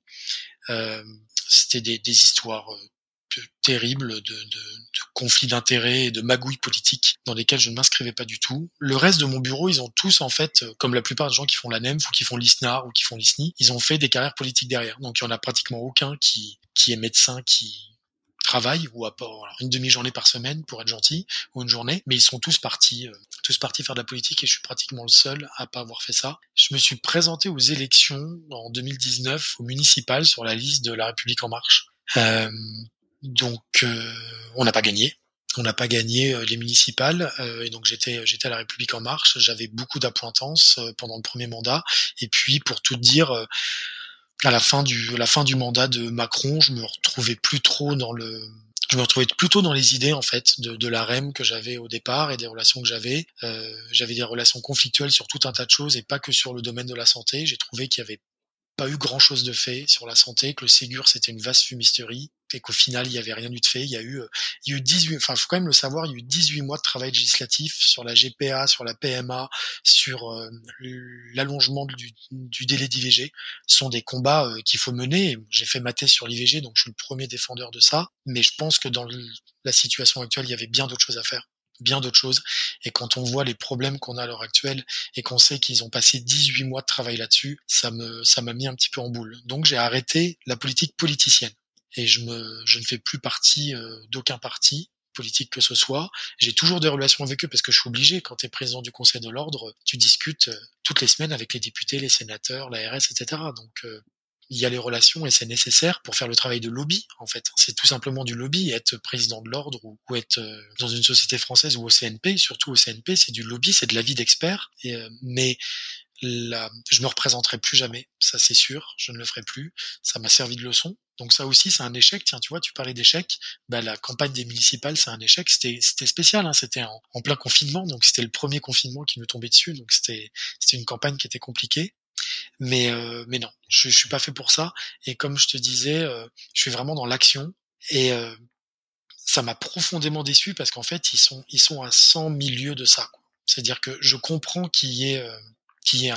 C'était des histoires terribles de conflits d'intérêts et de magouilles politiques dans lesquelles je ne m'inscrivais pas du tout. Le reste de mon bureau, ils ont tous, en fait, comme la plupart des gens qui font la NEMF ou qui font l'ISNAR ou qui font l'ISNI, ils ont fait des carrières politiques derrière. Donc il y en a pratiquement aucun qui est médecin, qui travaille, ou à part une demi-journée par semaine pour être gentil, ou une journée, mais ils sont tous partis faire de la politique, et je suis pratiquement le seul à pas avoir fait ça. Je me suis présenté aux élections en 2019 au municipal sur la liste de La République En Marche. Donc on n'a pas gagné. On n'a pas gagné les municipales, et donc j'étais à La République En Marche. J'avais beaucoup d'appointances pendant le premier mandat, et puis pour tout dire, à la fin du mandat de Macron, je me retrouvais plutôt dans les idées, en fait, de la REM que j'avais au départ, et des relations que j'avais. J'avais des relations conflictuelles sur tout un tas de choses, et pas que sur le domaine de la santé. J'ai trouvé qu'il y avait pas eu grand chose de fait sur la santé, que le Ségur c'était une vaste fumisterie, et qu'au final il y avait rien eu de fait. Il y a eu 18, enfin faut quand même le savoir, il y a eu 18 mois de travail législatif sur la GPA, sur la PMA, sur l'allongement du délai d'IVG. Ce sont des combats qu'il faut mener. J'ai fait ma thèse sur l'IVG, donc je suis le premier défendeur de ça, mais je pense que dans la situation actuelle, il y avait bien d'autres choses à faire. Bien d'autres choses. Et quand on voit les problèmes qu'on a à l'heure actuelle, et qu'on sait qu'ils ont passé 18 mois de travail là-dessus, ça m'a mis un petit peu en boule. Donc j'ai arrêté la politique politicienne. Et je ne fais plus partie d'aucun parti politique que ce soit. J'ai toujours des relations avec eux, parce que je suis obligé. Quand tu es président du Conseil de l'Ordre, tu discutes toutes les semaines avec les députés, les sénateurs, l'ARS, etc. Donc il y a les relations, et c'est nécessaire pour faire le travail de lobby, en fait. C'est tout simplement du lobby. Être président de l'ordre ou être dans une société française ou au CNP, surtout au CNP, c'est du lobby, c'est de l'avis d'experts. Mais je me représenterai plus jamais, ça c'est sûr, je ne le ferai plus. Ça m'a servi de leçon. Donc ça aussi, c'est un échec. Tiens, tu vois, tu parlais d'échec. La campagne des municipales, c'est un échec. C'était spécial, hein. C'était en plein confinement, donc c'était le premier confinement qui nous tombait dessus. Donc c'était une campagne qui était compliquée. Mais non, je suis pas fait pour ça. Et comme je te disais, je suis vraiment dans l'action. Et ça m'a profondément déçu parce qu'en fait, ils sont à 100 000 lieues de ça, quoi. C'est-à-dire que je comprends qu'il y ait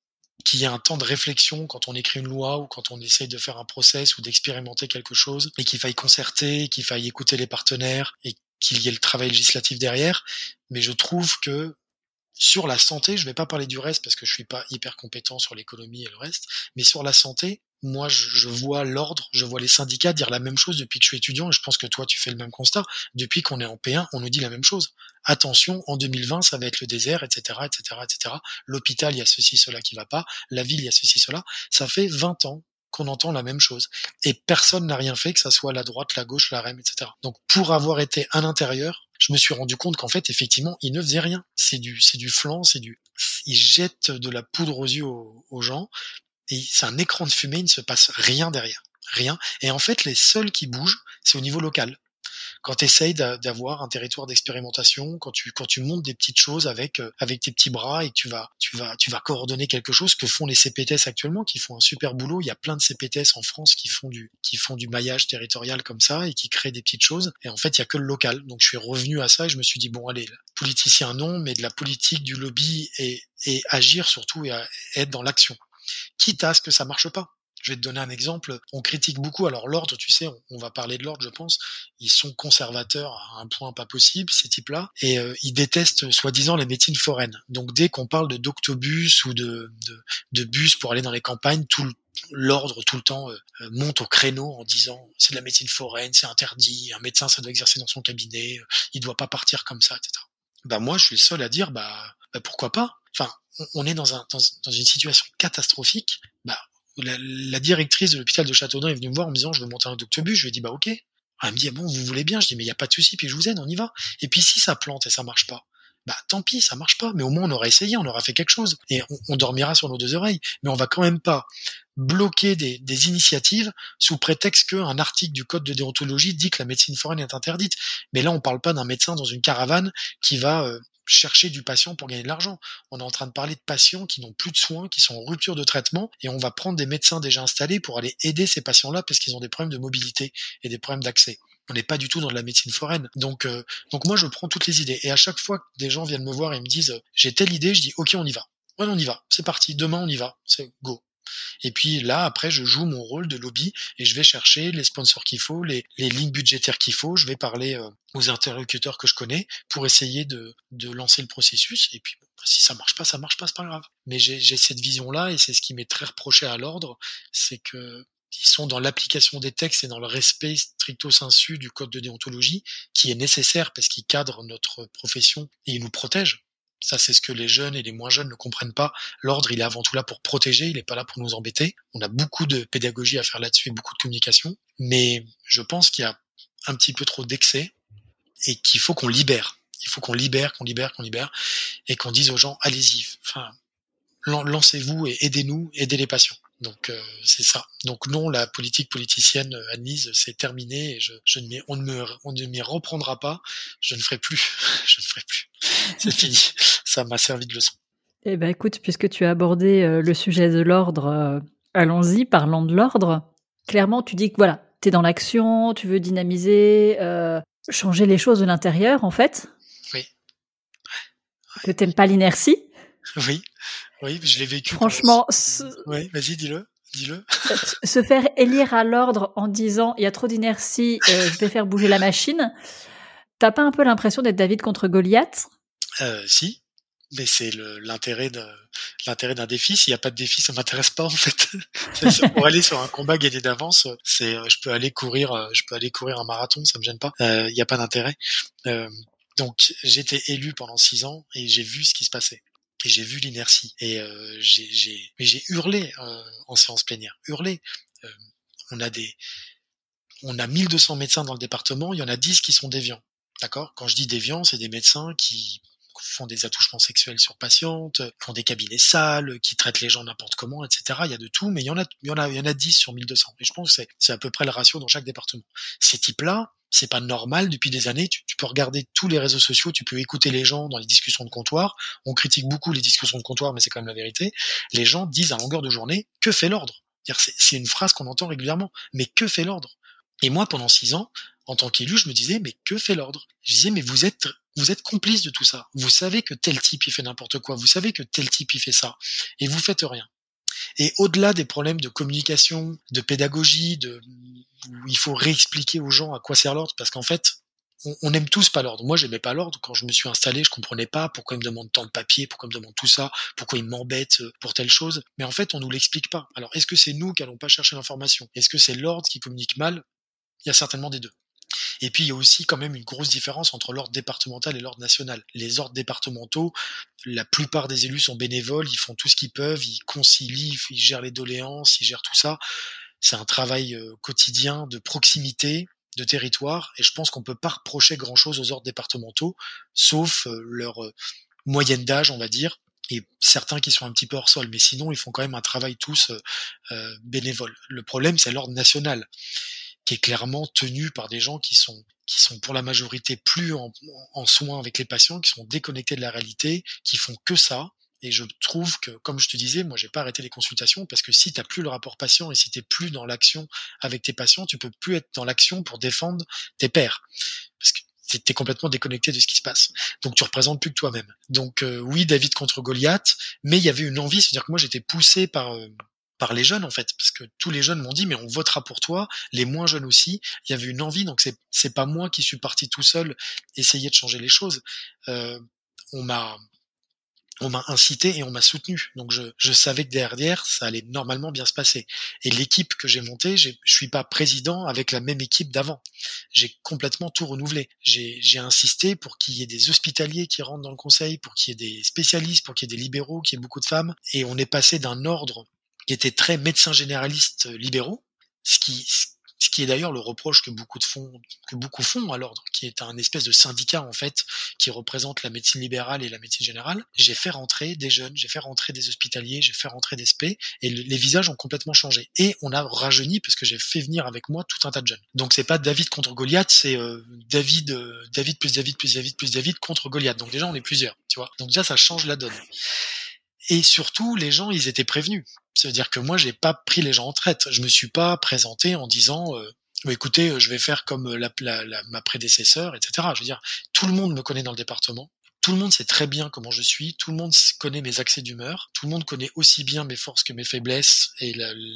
un temps de réflexion quand on écrit une loi ou quand on essaye de faire un process ou d'expérimenter quelque chose et qu'il faille concerter, qu'il faille écouter les partenaires et qu'il y ait le travail législatif derrière. Mais je trouve que sur la santé, je vais pas parler du reste parce que je suis pas hyper compétent sur l'économie et le reste, mais sur la santé, moi je vois l'ordre, je vois les syndicats dire la même chose depuis que je suis étudiant et je pense que toi tu fais le même constat. Depuis qu'on est en P1, on nous dit la même chose. Attention, en 2020, ça va être le désert, etc., etc., etc. L'hôpital, il y a ceci, cela qui va pas. La ville, il y a ceci, cela. Ça fait 20 ans qu'on entend la même chose. Et personne n'a rien fait, que ça soit la droite, la gauche, la REM, etc. Donc, pour avoir été à l'intérieur, je me suis rendu compte qu'en fait, effectivement, ils ne faisaient rien. C'est du flan, ils jettent de la poudre aux yeux aux gens. Et c'est un écran de fumée, il ne se passe rien derrière. Rien. Et en fait, les seuls qui bougent, c'est au niveau local. Quand tu essayes d'avoir un territoire d'expérimentation, quand tu montes des petites choses avec tes petits bras et que tu vas coordonner quelque chose que font les CPTS actuellement, qui font un super boulot. Il y a plein de CPTS en France qui font du maillage territorial comme ça et qui créent des petites choses. Et en fait, il y a que le local. Donc je suis revenu à ça et je me suis dit bon allez, politicien non, mais de la politique, du lobby et agir surtout et être dans l'action. Quitte à ce que ça marche pas. Je vais te donner un exemple. On critique beaucoup. Alors l'ordre, tu sais, on va parler de l'ordre, je pense. Ils sont conservateurs à un point pas possible, ces types-là, et ils détestent soi-disant les médecines foraines. Donc dès qu'on parle d'octobus ou de bus pour aller dans les campagnes, l'ordre tout le temps monte au créneau en disant c'est de la médecine foraine, c'est interdit, un médecin ça doit exercer dans son cabinet, il doit pas partir comme ça, etc. Moi je suis le seul à dire pourquoi pas. Enfin, on est dans une situation catastrophique. La directrice de l'hôpital de Châteaudun est venue me voir en me disant je veux monter un octobus. Je lui ai dit ok. Elle me dit bon vous voulez bien. Je dis mais il y a pas de souci, puis je vous aide, on y va. Et puis si ça plante et ça marche pas, tant pis, ça marche pas, mais au moins on aura essayé, on aura fait quelque chose et on dormira sur nos deux oreilles. Mais on va quand même pas bloquer des initiatives sous prétexte qu'un article du code de déontologie dit que la médecine foraine est interdite. Mais là on parle pas d'un médecin dans une caravane qui va chercher du patient pour gagner de l'argent. On est en train de parler de patients qui n'ont plus de soins, qui sont en rupture de traitement, et on va prendre des médecins déjà installés pour aller aider ces patients-là parce qu'ils ont des problèmes de mobilité et des problèmes d'accès. On n'est pas du tout dans de la médecine foraine. Donc moi, je prends toutes les idées. Et à chaque fois que des gens viennent me voir et me disent « j'ai telle idée », je dis « ok, on y va. Ouais, on y va. C'est parti. Demain, on y va. C'est go. » Et puis là, après, je joue mon rôle de lobby et je vais chercher les sponsors qu'il faut, les lignes budgétaires qu'il faut. Je vais parler aux interlocuteurs que je connais pour essayer de lancer le processus. Et puis, si ça marche pas, c'est pas grave. Mais j'ai cette vision-là et c'est ce qui m'est très reproché à l'ordre, c'est que ils sont dans l'application des textes et dans le respect stricto sensu du code de déontologie, qui est nécessaire parce qu'il cadre notre profession et il nous protège. Ça, c'est ce que les jeunes et les moins jeunes ne comprennent pas. L'ordre, il est avant tout là pour protéger, il n'est pas là pour nous embêter. On a beaucoup de pédagogie à faire là-dessus et beaucoup de communication. Mais je pense qu'il y a un petit peu trop d'excès et qu'il faut qu'on libère. Il faut qu'on libère et qu'on dise aux gens, allez-y, lancez-vous et aidez-nous, aidez les patients. Donc c'est ça. Donc non, la politique politicienne, Anne-Lise, c'est terminé et on ne m'y reprendra pas. Je ne ferai plus. C'est fini. Ça m'a servi de leçon. Eh ben écoute, puisque tu as abordé le sujet de l'ordre, allons-y, parlons de l'ordre. Clairement, tu dis que voilà, t'es dans l'action, tu veux dynamiser, changer les choses de l'intérieur, en fait. Oui. Que t'aimes pas l'inertie. Oui, je l'ai vécu. Franchement, oui, vas-y, dis-le. Se faire élire à l'ordre en disant il y a trop d'inertie, je vais faire bouger la machine. T'as pas un peu l'impression d'être David contre Goliath ? Si, mais c'est l'intérêt d'un défi. S'il y a pas de défi, ça m'intéresse pas en fait. Pour aller sur un combat gagné d'avance, je peux aller courir un marathon, ça me gêne pas. Il y a pas d'intérêt. Donc j'étais élu pendant 6 ans et j'ai vu ce qui se passait. Et j'ai vu l'inertie et j'ai hurlé en séance plénière. On a 1200 médecins dans le département, il y en a 10 qui sont déviants. D'accord ? Quand je dis déviants, c'est des médecins qui font des attouchements sexuels sur patientes, qui ont des cabinets sales, qui traitent les gens n'importe comment, etc. Il y a de tout, mais il y en a 10 sur 1200. Et je pense que c'est à peu près le ratio dans chaque département. Ces types-là, c'est pas normal depuis des années. Tu peux regarder tous les réseaux sociaux, tu peux écouter les gens dans les discussions de comptoir. On critique beaucoup les discussions de comptoir, mais c'est quand même la vérité. Les gens disent à longueur de journée, que fait l'ordre? C'est une phrase qu'on entend régulièrement. Mais que fait l'ordre? Et moi, pendant 6 ans, en tant qu'élu, je me disais, mais que fait l'ordre? Je disais, mais vous êtes complice de tout ça. Vous savez que tel type, il fait n'importe quoi. Vous savez que tel type, il fait ça. Et vous faites rien. Et au-delà des problèmes de communication, de pédagogie, où il faut réexpliquer aux gens à quoi sert l'ordre, parce qu'en fait, on n'aime tous pas l'ordre. Moi, j'aimais pas l'ordre. Quand je me suis installé, je comprenais pas pourquoi il me demande tant de papiers, pourquoi il me demande tout ça, pourquoi il m'embête pour telle chose. Mais en fait, on nous l'explique pas. Alors, est-ce que c'est nous qui allons pas chercher l'information? Est-ce que c'est l'ordre qui communique mal? Il y a certainement des deux. Et puis, il y a aussi quand même une grosse différence entre l'ordre départemental et l'ordre national. Les ordres départementaux, la plupart des élus sont bénévoles, ils font tout ce qu'ils peuvent, ils concilient, ils gèrent les doléances, ils gèrent tout ça. C'est un travail quotidien de proximité, de territoire, et je pense qu'on peut pas reprocher grand-chose aux ordres départementaux, sauf leur moyenne d'âge, on va dire, et certains qui sont un petit peu hors sol, mais sinon, ils font quand même un travail tous bénévoles. Le problème, c'est l'ordre national, qui est clairement tenu par des gens qui sont pour la majorité plus en soins avec les patients, qui sont déconnectés de la réalité, qui font que ça. Et je trouve que, comme je te disais, moi j'ai pas arrêté les consultations parce que si t'as plus le rapport patient et si t'es plus dans l'action avec tes patients, tu peux plus être dans l'action pour défendre tes pairs. Parce que t'es complètement déconnecté de ce qui se passe. Donc tu représentes plus que toi-même. Donc oui, David contre Goliath, mais il y avait une envie, c'est-à-dire que moi j'étais poussé par les jeunes en fait, parce que tous les jeunes m'ont dit mais on votera pour toi, les moins jeunes aussi. Il y avait une envie, donc c'est pas moi qui suis parti tout seul essayer de changer les choses. On m'a incité et on m'a soutenu. Donc je savais que derrière ça allait normalement bien se passer. Et l'équipe que j'ai montée, je suis pas président avec la même équipe d'avant. J'ai complètement tout renouvelé. J'ai insisté pour qu'il y ait des hospitaliers qui rentrent dans le conseil, pour qu'il y ait des spécialistes, pour qu'il y ait des libéraux, qu'il y ait beaucoup de femmes. Et on est passé d'un ordre qui était très médecins généralistes libéraux, ce qui est d'ailleurs le reproche que beaucoup font à l'ordre, qui est un espèce de syndicat en fait, qui représente la médecine libérale et la médecine générale. J'ai fait rentrer des jeunes, j'ai fait rentrer des hospitaliers, j'ai fait rentrer des spé, et les visages ont complètement changé. Et on a rajeuni parce que j'ai fait venir avec moi tout un tas de jeunes. Donc c'est pas David contre Goliath, c'est David plus David plus David plus David contre Goliath. Donc déjà on est plusieurs, tu vois. Donc déjà ça change la donne. Et surtout, les gens, ils étaient prévenus. Ça veut dire que moi, j'ai pas pris les gens en traite. Je me suis pas présenté en disant, écoutez, je vais faire comme ma prédécesseur, etc. Je veux dire, tout le monde me connaît dans le département. Tout le monde sait très bien comment je suis. Tout le monde connaît mes accès d'humeur. Tout le monde connaît aussi bien mes forces que mes faiblesses et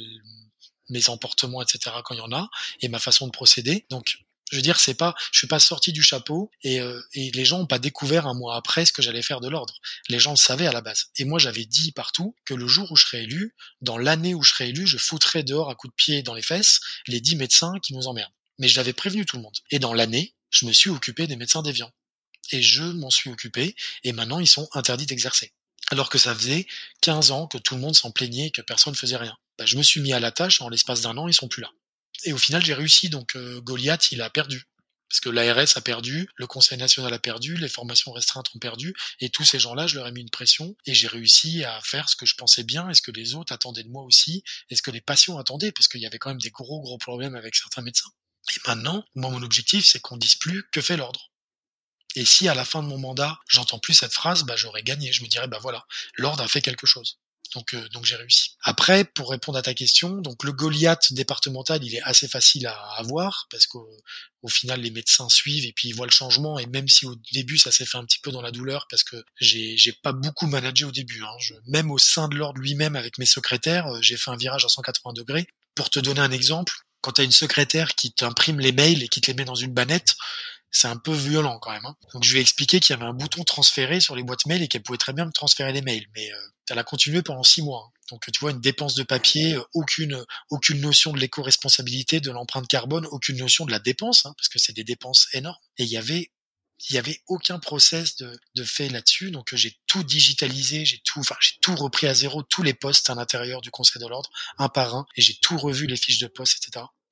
mes emportements, etc. quand il y en a, et ma façon de procéder. Donc, je veux dire, je suis pas sorti du chapeau et les gens ont pas découvert un mois après ce que j'allais faire de l'ordre. Les gens le savaient à la base. Et moi, j'avais dit partout que le jour où je serais élu, dans l'année où je serais élu, je foutrais dehors à coups de pied dans les fesses les 10 médecins qui nous emmerdent. Mais je l'avais prévenu tout le monde. Et dans l'année, je me suis occupé des médecins déviants. Et je m'en suis occupé et maintenant ils sont interdits d'exercer. Alors que ça faisait 15 ans que tout le monde s'en plaignait et que personne ne faisait rien. Je me suis mis à la tâche, en l'espace d'un an, ils sont plus là. Et au final, j'ai réussi. Donc Goliath, il a perdu. Parce que l'ARS a perdu, le Conseil national a perdu, les formations restreintes ont perdu, et tous ces gens-là, je leur ai mis une pression, et j'ai réussi à faire ce que je pensais bien, et ce que les autres attendaient de moi aussi, et ce que les patients attendaient, parce qu'il y avait quand même des gros problèmes avec certains médecins. Et maintenant, moi, mon objectif, c'est qu'on dise plus que fait l'ordre. Et si à la fin de mon mandat, j'entends plus cette phrase, j'aurais gagné. Je me dirais, voilà, l'ordre a fait quelque chose. Donc j'ai réussi. Après, pour répondre à ta question, donc le Goliath départemental, il est assez facile à avoir parce qu'au final les médecins suivent et puis ils voient le changement. Et même si au début ça s'est fait un petit peu dans la douleur parce que j'ai pas beaucoup managé au début. Même au sein de l'ordre lui-même avec mes secrétaires, j'ai fait un virage à 180 degrés. Pour te donner un exemple, quand tu as une secrétaire qui t'imprime les mails et qui te les met dans une bannette, c'est un peu violent quand même. Donc je lui ai expliqué qu'il y avait un bouton transférer sur les boîtes mail et qu'elle pouvait très bien me transférer les mails. Mais elle a continué pendant 6 mois. Donc tu vois, une dépense de papier, aucune notion de l'éco-responsabilité, de l'empreinte carbone, aucune notion de la dépense, parce que c'est des dépenses énormes. Et il y avait aucun process de fait là-dessus. Donc j'ai tout digitalisé, j'ai tout repris à zéro, tous les postes à l'intérieur du Conseil de l'ordre, un par un, et j'ai tout revu, les fiches de poste, etc.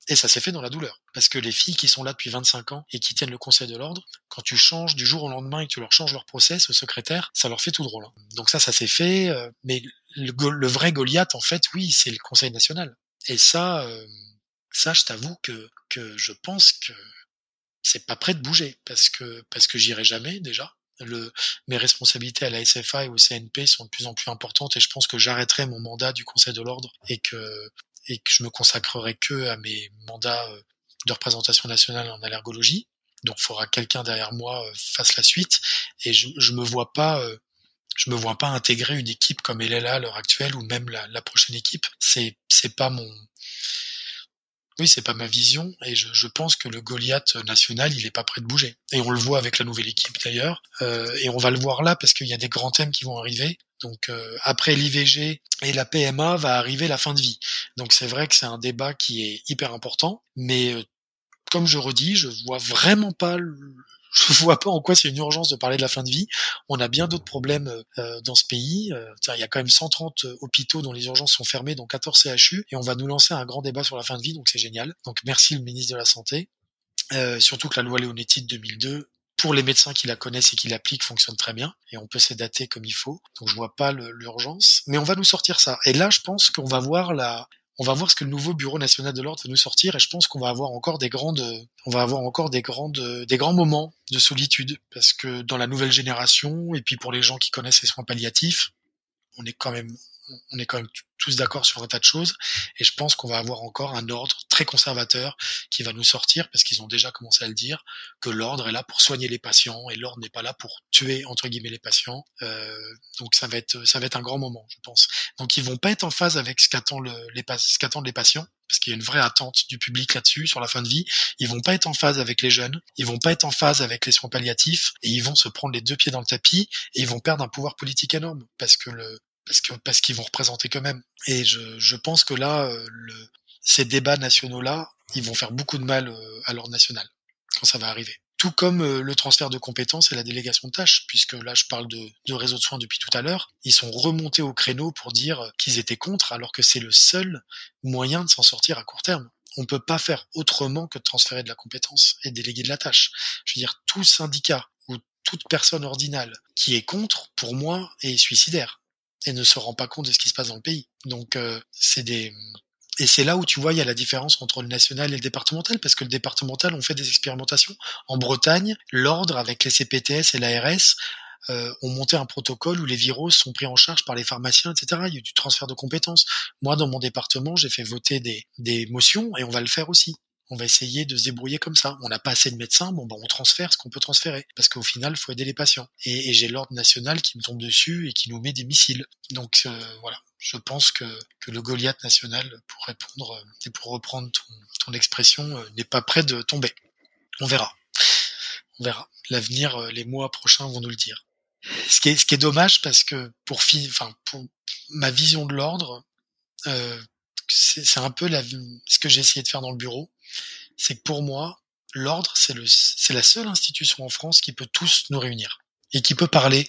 Et ça s'est fait dans la douleur. Parce que les filles qui sont là depuis 25 ans et qui tiennent le conseil de l'ordre, quand tu changes du jour au lendemain et que tu leur changes leur process au secrétaire, ça leur fait tout drôle. Donc ça s'est fait. Mais le vrai Goliath, en fait, oui, c'est le conseil national. Et ça, je t'avoue que je pense que c'est pas prêt de bouger parce que j'irai jamais déjà. Mes responsabilités à la SFA et au CNP sont de plus en plus importantes et je pense que j'arrêterai mon mandat du Conseil de l'Ordre et que je me consacrerai que à mes mandats de représentation nationale en allergologie. Donc, il faudra quelqu'un derrière moi fasse la suite et je me vois pas intégrer une équipe comme elle est là à l'heure actuelle ou même la prochaine équipe. C'est pas c'est pas ma vision et je pense que le Goliath national, il est pas prêt de bouger. Et on le voit avec la nouvelle équipe d'ailleurs. Et on va le voir là parce qu'il y a des grands thèmes qui vont arriver. Donc après l'IVG et la PMA va arriver la fin de vie. Donc c'est vrai que c'est un débat qui est hyper important. Mais comme je redis, je vois pas en quoi c'est une urgence de parler de la fin de vie. On a bien d'autres problèmes dans ce pays. Il y a quand même 130 hôpitaux dont les urgences sont fermées, dont 14 CHU, et on va nous lancer un grand débat sur la fin de vie, donc c'est génial. Donc merci le ministre de la Santé. Surtout que la loi Leonetti de 2002, pour les médecins qui la connaissent et qui l'appliquent, fonctionne très bien, et on peut s'édater comme il faut. Donc je vois pas l'urgence, mais on va nous sortir ça. Et là, je pense qu'on va voir ce que le nouveau Bureau national de l'ordre va nous sortir, et je pense qu'on va avoir encore des grands moments de solitude, parce que dans la nouvelle génération, et puis pour les gens qui connaissent les soins palliatifs, on est quand même tous d'accord sur un tas de choses, et je pense qu'on va avoir encore un ordre très conservateur qui va nous sortir, parce qu'ils ont déjà commencé à le dire, que l'ordre est là pour soigner les patients, et l'ordre n'est pas là pour tuer, entre guillemets, les patients. Donc ça va être un grand moment, je pense. Donc ils vont pas être en phase avec ce qu'attendent les patients, parce qu'il y a une vraie attente du public là-dessus, sur la fin de vie. Ils vont pas être en phase avec les jeunes, ils vont pas être en phase avec les soins palliatifs, et ils vont se prendre les deux pieds dans le tapis, et ils vont perdre un pouvoir politique énorme, parce qu'ils vont représenter quand même. Et je pense que là, ces débats nationaux-là, ils vont faire beaucoup de mal à l'ordre national quand ça va arriver. Tout comme le transfert de compétences et la délégation de tâches, puisque là je parle de réseau de soins depuis tout à l'heure, ils sont remontés au créneau pour dire qu'ils étaient contre, alors que c'est le seul moyen de s'en sortir à court terme. On peut pas faire autrement que de transférer de la compétence et déléguer de la tâche. Je veux dire, tout syndicat ou toute personne ordinale qui est contre, pour moi, est suicidaire et ne se rend pas compte de ce qui se passe dans le pays. Donc et c'est là où tu vois il y a la différence entre le national et le départemental, parce que le départemental, on fait des expérimentations. En Bretagne, l'ordre avec les CPTS et l'ARS ont monté un protocole où les virus sont pris en charge par les pharmaciens, etc. Il y a eu du transfert de compétences. Moi, dans mon département, j'ai fait voter des motions et on va le faire aussi. On va essayer de se débrouiller comme ça. On n'a pas assez de médecins, on transfère ce qu'on peut transférer. Parce qu'au final, il faut aider les patients. Et j'ai l'ordre national qui me tombe dessus et qui nous met des missiles. Donc voilà, je pense que le Goliath national, pour répondre et pour reprendre ton expression, n'est pas prêt de tomber. On verra. L'avenir, les mois prochains vont nous le dire. Ce qui est dommage, parce que pour ma vision de l'ordre, c'est un peu ce que j'ai essayé de faire dans le bureau. C'est que pour moi, l'ordre, c'est la seule institution en France qui peut tous nous réunir et qui peut parler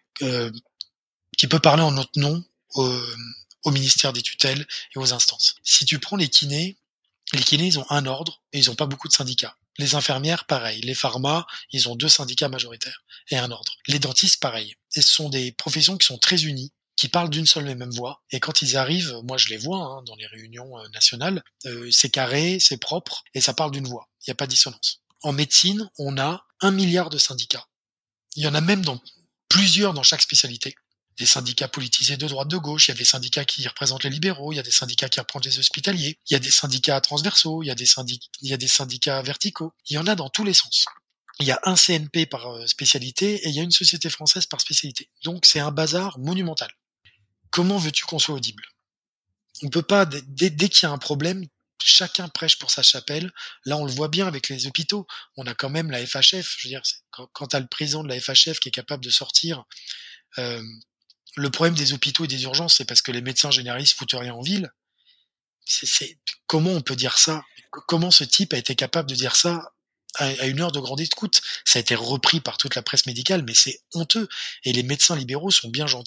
en notre nom au ministère des tutelles et aux instances. Si tu prends les kinés, ils ont un ordre et ils ont pas beaucoup de syndicats. Les infirmières, pareil. Les pharmas, ils ont 2 syndicats majoritaires et un ordre. Les dentistes, pareil. Et ce sont des professions qui sont très unies, qui parlent d'une seule et même voix. Et quand ils arrivent, moi je les vois dans les réunions nationales, c'est carré, c'est propre, et ça parle d'une voix. Il n'y a pas de dissonance. En médecine, on a 1 milliard de syndicats. Il y en a même plusieurs dans chaque spécialité. Des syndicats politisés de droite, de gauche, il y a des syndicats qui représentent les libéraux, il y a des syndicats qui représentent les hospitaliers, il y a des syndicats transversaux, il y a des syndicats verticaux. Il y en a dans tous les sens. Il y a un CNP par spécialité et il y a une société française par spécialité. Donc c'est un bazar monumental. Comment veux-tu qu'on soit audible ? On peut pas, dès qu'il y a un problème, chacun prêche pour sa chapelle. Là, on le voit bien avec les hôpitaux. On a quand même la FHF. Je veux dire, quand t'as le président de la FHF qui est capable de sortir, le problème des hôpitaux et des urgences, c'est parce que les médecins généralistes foutent rien en ville. Comment on peut dire ça ? Comment ce type a été capable de dire ça à une heure de grande écoute ? Ça a été repris par toute la presse médicale, mais c'est honteux. Et les médecins libéraux sont bien gentils.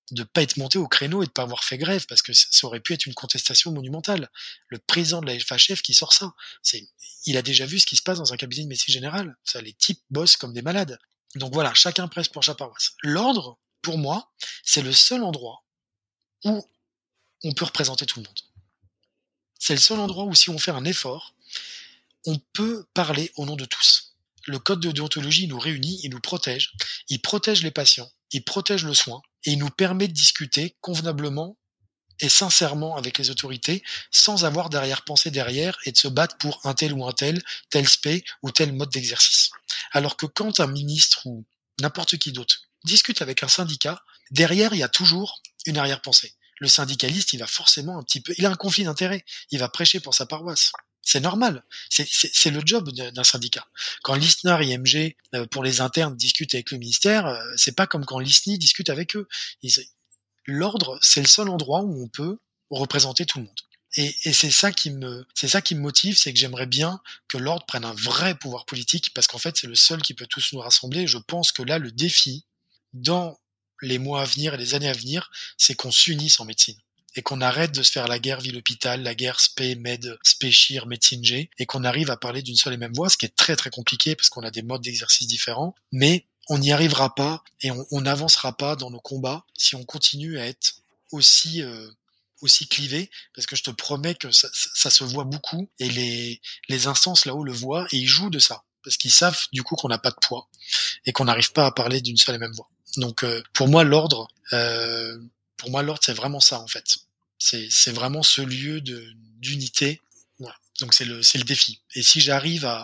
de pas être monté au créneau et de pas avoir fait grève, parce que ça aurait pu être une contestation monumentale. Le président de la FHF qui sort ça, il a déjà vu ce qui se passe dans un cabinet de médecine générale. Ça, les types bossent comme des malades. Donc voilà, chacun presse pour sa paroisse. L'ordre, pour moi, c'est le seul endroit où on peut représenter tout le monde. C'est le seul endroit où, si on fait un effort, on peut parler au nom de tous. Le code de déontologie nous réunit, il nous protège, il protège les patients, il protège le soin, et il nous permet de discuter convenablement et sincèrement avec les autorités, sans avoir d'arrière-pensée derrière et de se battre pour un tel ou un tel spé ou tel mode d'exercice. Alors que quand un ministre ou n'importe qui d'autre discute avec un syndicat, derrière, il y a toujours une arrière-pensée. Le syndicaliste, il va forcément il a un conflit d'intérêts, il va prêcher pour sa paroisse. C'est normal, c'est le job d'un syndicat. Quand l'ISNAR IMG, pour les internes, discute avec le ministère, c'est pas comme quand l'ISNI discute avec eux. L'ordre, c'est le seul endroit où on peut représenter tout le monde. Et c'est ça qui me motive, c'est que j'aimerais bien que l'ordre prenne un vrai pouvoir politique, parce qu'en fait, c'est le seul qui peut tous nous rassembler. Je pense que là, le défi, dans les mois à venir et les années à venir, c'est qu'on s'unisse en médecine. Et qu'on arrête de se faire la guerre ville-hôpital, la guerre spé-med, spé-chir, médecine-G, et qu'on arrive à parler d'une seule et même voix, ce qui est très très compliqué parce qu'on a des modes d'exercice différents, mais on n'y arrivera pas et on n'avancera pas dans nos combats si on continue à être aussi clivé, parce que je te promets que ça se voit beaucoup, et les instances là-haut le voient et ils jouent de ça, parce qu'ils savent du coup qu'on n'a pas de poids et qu'on n'arrive pas à parler d'une seule et même voix. Donc pour moi l'ordre c'est vraiment ça en fait. C'est vraiment ce lieu d'unité. Voilà. Donc c'est le défi. Et si j'arrive à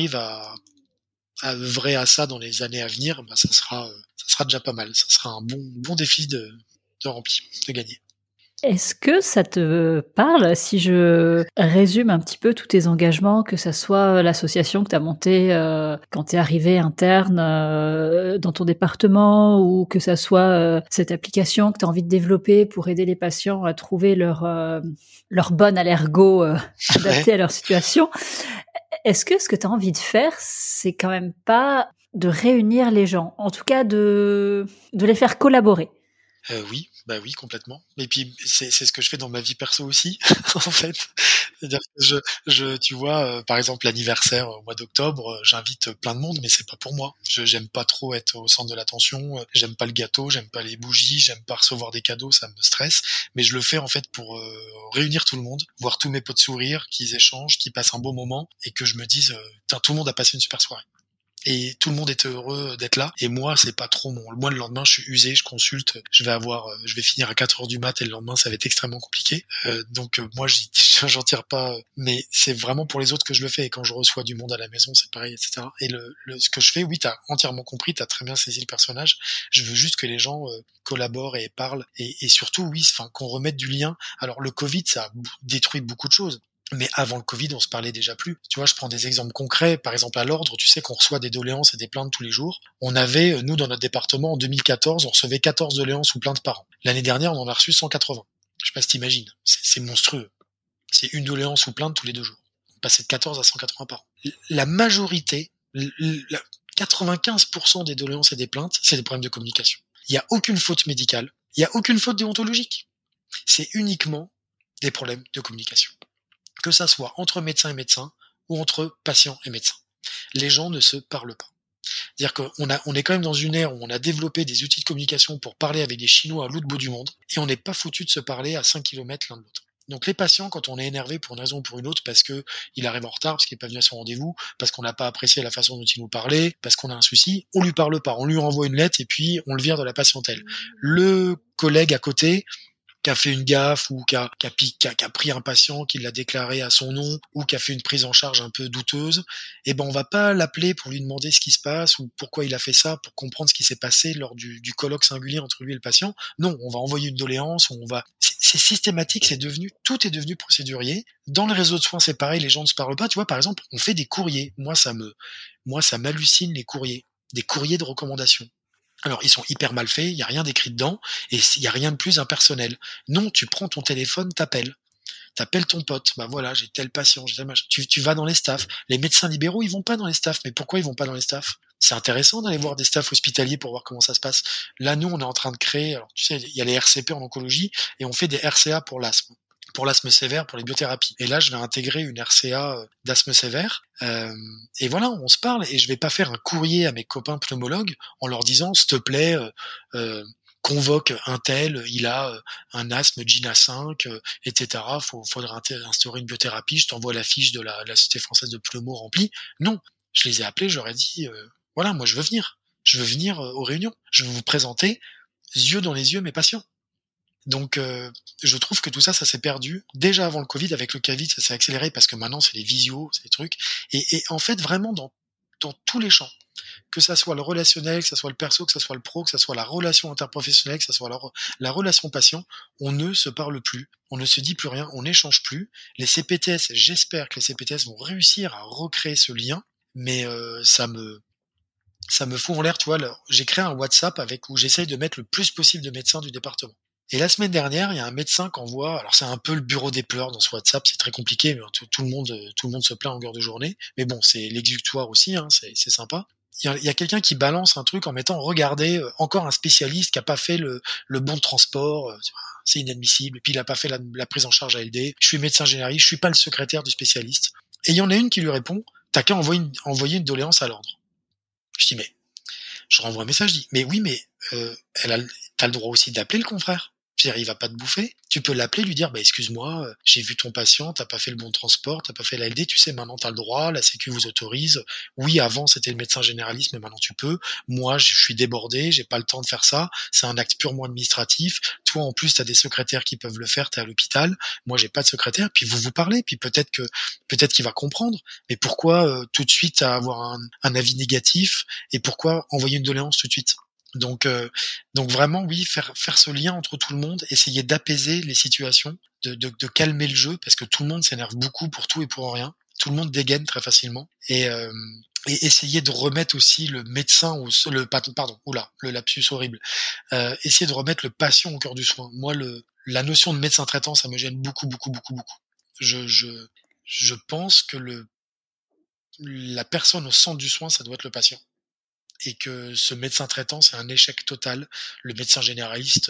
œuvrer à ça dans les années à venir, bah ça sera déjà pas mal. Ça sera un bon défi de remplir, de gagner. Est-ce que ça te parle si je résume un petit peu tous tes engagements, que ça soit l'association que tu as montée quand tu es arrivé interne dans ton département, ou que ça soit cette application que tu as envie de développer pour aider les patients à trouver leur bonne allergo adaptée à leur situation. Est-ce que ce que tu as envie de faire, c'est quand même pas de réunir les gens, en tout cas de les faire collaborer? Oui, bah oui, complètement. Et puis c'est ce que je fais dans ma vie perso aussi, en fait. C'est-à-dire que tu vois, par exemple l'anniversaire au mois d'octobre, j'invite plein de monde, mais c'est pas pour moi. J'aime pas trop être au centre de l'attention, j'aime pas le gâteau, j'aime pas les bougies, j'aime pas recevoir des cadeaux, ça me stresse. Mais je le fais en fait pour réunir tout le monde, voir tous mes potes sourire, qu'ils échangent, qu'ils passent un beau moment, et que je me dise, tout le monde a passé une super soirée. Et tout le monde était heureux d'être là. Et moi, c'est pas trop moi, le lendemain, je suis usé, je consulte, je vais finir à 4h du mat, et le lendemain, ça va être extrêmement compliqué. Donc, moi, j'en tire pas, mais c'est vraiment pour les autres que je le fais. Et quand je reçois du monde à la maison, c'est pareil, etc. Et ce que je fais, oui, t'as entièrement compris, t'as très bien saisi le personnage. Je veux juste que les gens collaborent et parlent. Et surtout, oui, qu'on remette du lien. Alors, le Covid, ça a détruit beaucoup de choses. Mais avant le Covid, on se parlait déjà plus. Tu vois, je prends des exemples concrets. Par exemple, à l'ordre, tu sais qu'on reçoit des doléances et des plaintes tous les jours. On avait, nous, dans notre département, en 2014, on recevait 14 doléances ou plaintes par an. L'année dernière, on en a reçu 180. Je sais pas si t'imagines. C'est monstrueux. C'est une doléance ou plainte tous les 2 jours. On passait de 14 à 180 par an. La majorité, 95% des doléances et des plaintes, c'est des problèmes de communication. Il n'y a aucune faute médicale. Il n'y a aucune faute déontologique. C'est uniquement des problèmes de communication. Que ça soit entre médecins et médecins ou entre patients et médecins. Les gens ne se parlent pas. C'est-à-dire qu'on est quand même dans une ère où on a développé des outils de communication pour parler avec des Chinois à l'autre bout du monde, et on n'est pas foutu de se parler à 5 km l'un de l'autre. Donc les patients, quand on est énervé pour une raison ou pour une autre, parce que il arrive en retard, parce qu'il n'est pas venu à son rendez-vous, parce qu'on n'a pas apprécié la façon dont il nous parlait, parce qu'on a un souci, on lui parle pas, on lui renvoie une lettre et puis on le vire de la patientèle. Le collègue à côté, qui a fait une gaffe, ou qui a pris un patient, qui l'a déclaré à son nom, ou qui a fait une prise en charge un peu douteuse, et ben on va pas l'appeler pour lui demander ce qui se passe ou pourquoi il a fait ça, pour comprendre ce qui s'est passé lors du colloque singulier entre lui et le patient. Non, on va envoyer une doléance, c'est systématique, tout est devenu procédurier. Dans le réseau de soins, c'est pareil, les gens ne se parlent pas. Tu vois, par exemple, on fait des courriers. Moi, ça m'hallucine, les courriers. Des courriers de recommandation. Alors, ils sont hyper mal faits, il n'y a rien d'écrit dedans, et il n'y a rien de plus impersonnel. Non, tu prends ton téléphone, t'appelles ton pote, bah voilà, j'ai tel patient, j'ai tel machin. Tu vas dans les staffs. Les médecins libéraux, ils vont pas dans les staffs. Mais pourquoi ils vont pas dans les staffs? C'est intéressant d'aller voir des staffs hospitaliers pour voir comment ça se passe. Là, nous, on est en train de créer, alors tu sais, il y a les RCP en oncologie et on fait des RCA pour l'asthme sévère, pour les biothérapies. Et là, je vais intégrer une RCA d'asthme sévère. Et voilà, on se parle et je vais pas faire un courrier à mes copains pneumologues en leur disant, s'il te plaît, convoque un tel, il a un asthme GINA 5, etc. Faudra instaurer une biothérapie, je t'envoie la fiche de la Société française de pneumo remplie. Non, je les ai appelés, j'aurais dit, voilà, moi je veux venir. Je veux venir aux réunions. Je veux vous présenter, yeux dans les yeux, mes patients. Donc, je trouve que tout ça s'est perdu. Déjà avant le Covid, avec le Covid, ça s'est accéléré parce que maintenant, c'est les visios, c'est les trucs. Et en fait, vraiment, dans tous les champs, que ça soit le relationnel, que ça soit le perso, que ça soit le pro, que ça soit la relation interprofessionnelle, que ça soit la relation patient, on ne se parle plus, on ne se dit plus rien, on n'échange plus. Les CPTS, j'espère que les CPTS vont réussir à recréer ce lien, mais ça me fout en l'air, tu vois. J'ai créé un WhatsApp où j'essaye de mettre le plus possible de médecins du département. Et la semaine dernière, il y a un médecin qui envoie, alors c'est un peu le bureau des pleurs dans ce WhatsApp, c'est très compliqué, mais tout le monde se plaint en longueur de journée. Mais bon, c'est l'exutoire aussi, hein, c'est sympa. Il y a quelqu'un qui balance un truc en mettant, regardez, encore un spécialiste qui a pas fait le bon de transport, c'est inadmissible. Et puis il a pas fait la prise en charge ALD. Je suis médecin généraliste, je suis pas le secrétaire du spécialiste. Et il y en a une qui lui répond, t'as qu'à envoyer une doléance à l'ordre. Je dis mais, je renvoie un message, je dis mais oui, mais t'as le droit aussi d'appeler le confrère. Je veux dire, il va pas te bouffer. Tu peux l'appeler, lui dire, excuse-moi, j'ai vu ton patient, t'as pas fait le bon transport, t'as pas fait l'ALD, tu sais, maintenant t'as le droit, la Sécu vous autorise. Oui, avant c'était le médecin généraliste, mais maintenant tu peux. Moi, je suis débordé, j'ai pas le temps de faire ça. C'est un acte purement administratif. Toi, en plus, t'as des secrétaires qui peuvent le faire, t'es à l'hôpital. Moi, j'ai pas de secrétaire. Puis vous parlez, puis peut-être qu'il va comprendre. Mais pourquoi tout de suite avoir un avis négatif et pourquoi envoyer une doléance tout de suite? Donc vraiment oui, faire ce lien entre tout le monde, essayer d'apaiser les situations, de calmer le jeu parce que tout le monde s'énerve beaucoup pour tout et pour rien. Tout le monde dégaine très facilement et essayer de remettre aussi le médecin le lapsus horrible. Essayer de remettre le patient au cœur du soin. Moi la notion de médecin traitant, ça me gêne beaucoup. Je pense que la personne au centre du soin, ça doit être le patient. Et que ce médecin traitant, c'est un échec total. Le médecin généraliste,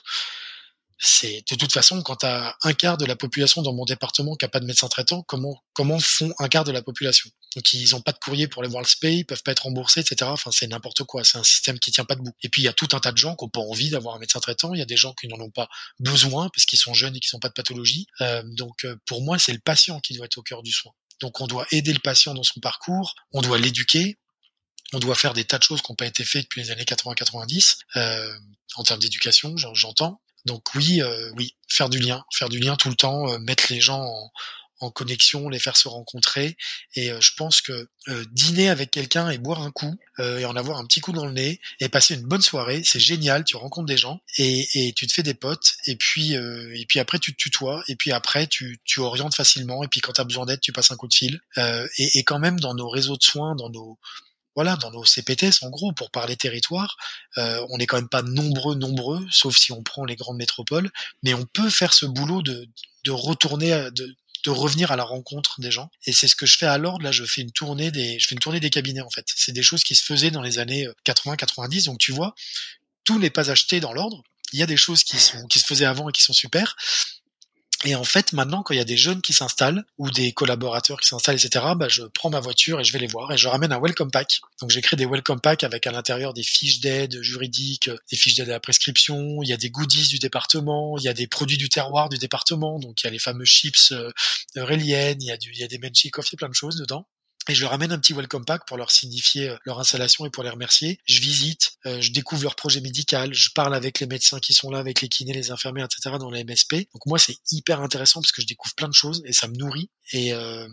c'est de toute façon, quand tu as un quart de la population dans mon département qui a pas de médecin traitant, comment font un quart de la population? Donc ils ont pas de courrier pour aller voir le SPEI, ils peuvent pas être remboursés, etc. Enfin, c'est n'importe quoi. C'est un système qui tient pas debout. Et puis il y a tout un tas de gens qui ont pas envie d'avoir un médecin traitant. Il y a des gens qui n'en ont pas besoin parce qu'ils sont jeunes et qu'ils n'ont pas de pathologie. Donc pour moi, c'est le patient qui doit être au cœur du soin. Donc on doit aider le patient dans son parcours, on doit l'éduquer. On doit faire des tas de choses qui n'ont pas été faites depuis les années 80-90 en termes d'éducation, j'entends. Donc oui, faire du lien tout le temps, mettre les gens en connexion, les faire se rencontrer. Et je pense que dîner avec quelqu'un et boire un coup et en avoir un petit coup dans le nez et passer une bonne soirée, c'est génial. Tu rencontres des gens et tu te fais des potes. Et puis après tu te tutoies. Et puis après tu orientes facilement. Et puis quand tu as besoin d'aide, tu passes un coup de fil. Et quand même dans nos réseaux de soins, dans nos CPTS, en gros, pour parler territoire, on n'est quand même pas nombreux, sauf si on prend les grandes métropoles, mais on peut faire ce boulot de retourner, de revenir à la rencontre des gens. Et c'est ce que je fais à l'ordre. Là, je fais une tournée des cabinets, en fait. C'est des choses qui se faisaient dans les années 80-90. Donc, tu vois, tout n'est pas acheté dans l'ordre. Il y a des choses qui se faisaient avant et qui sont super. Et en fait, maintenant, quand il y a des jeunes qui s'installent ou des collaborateurs qui s'installent, etc., je prends ma voiture et je vais les voir et je ramène un welcome pack. Donc, j'écris des welcome packs avec à l'intérieur des fiches d'aide juridiques, des fiches d'aide à la prescription. Il y a des goodies du département, il y a des produits du terroir du département. Donc, il y a les fameux chips Relienne, il y a des Menchikov, il y a plein de choses dedans. Et je leur amène un petit welcome pack pour leur signifier leur installation et pour les remercier. Je visite, je découvre leur projet médical, je parle avec les médecins qui sont là, avec les kinés, les infirmières, etc. dans la MSP. Donc moi, c'est hyper intéressant parce que je découvre plein de choses et ça me nourrit. Et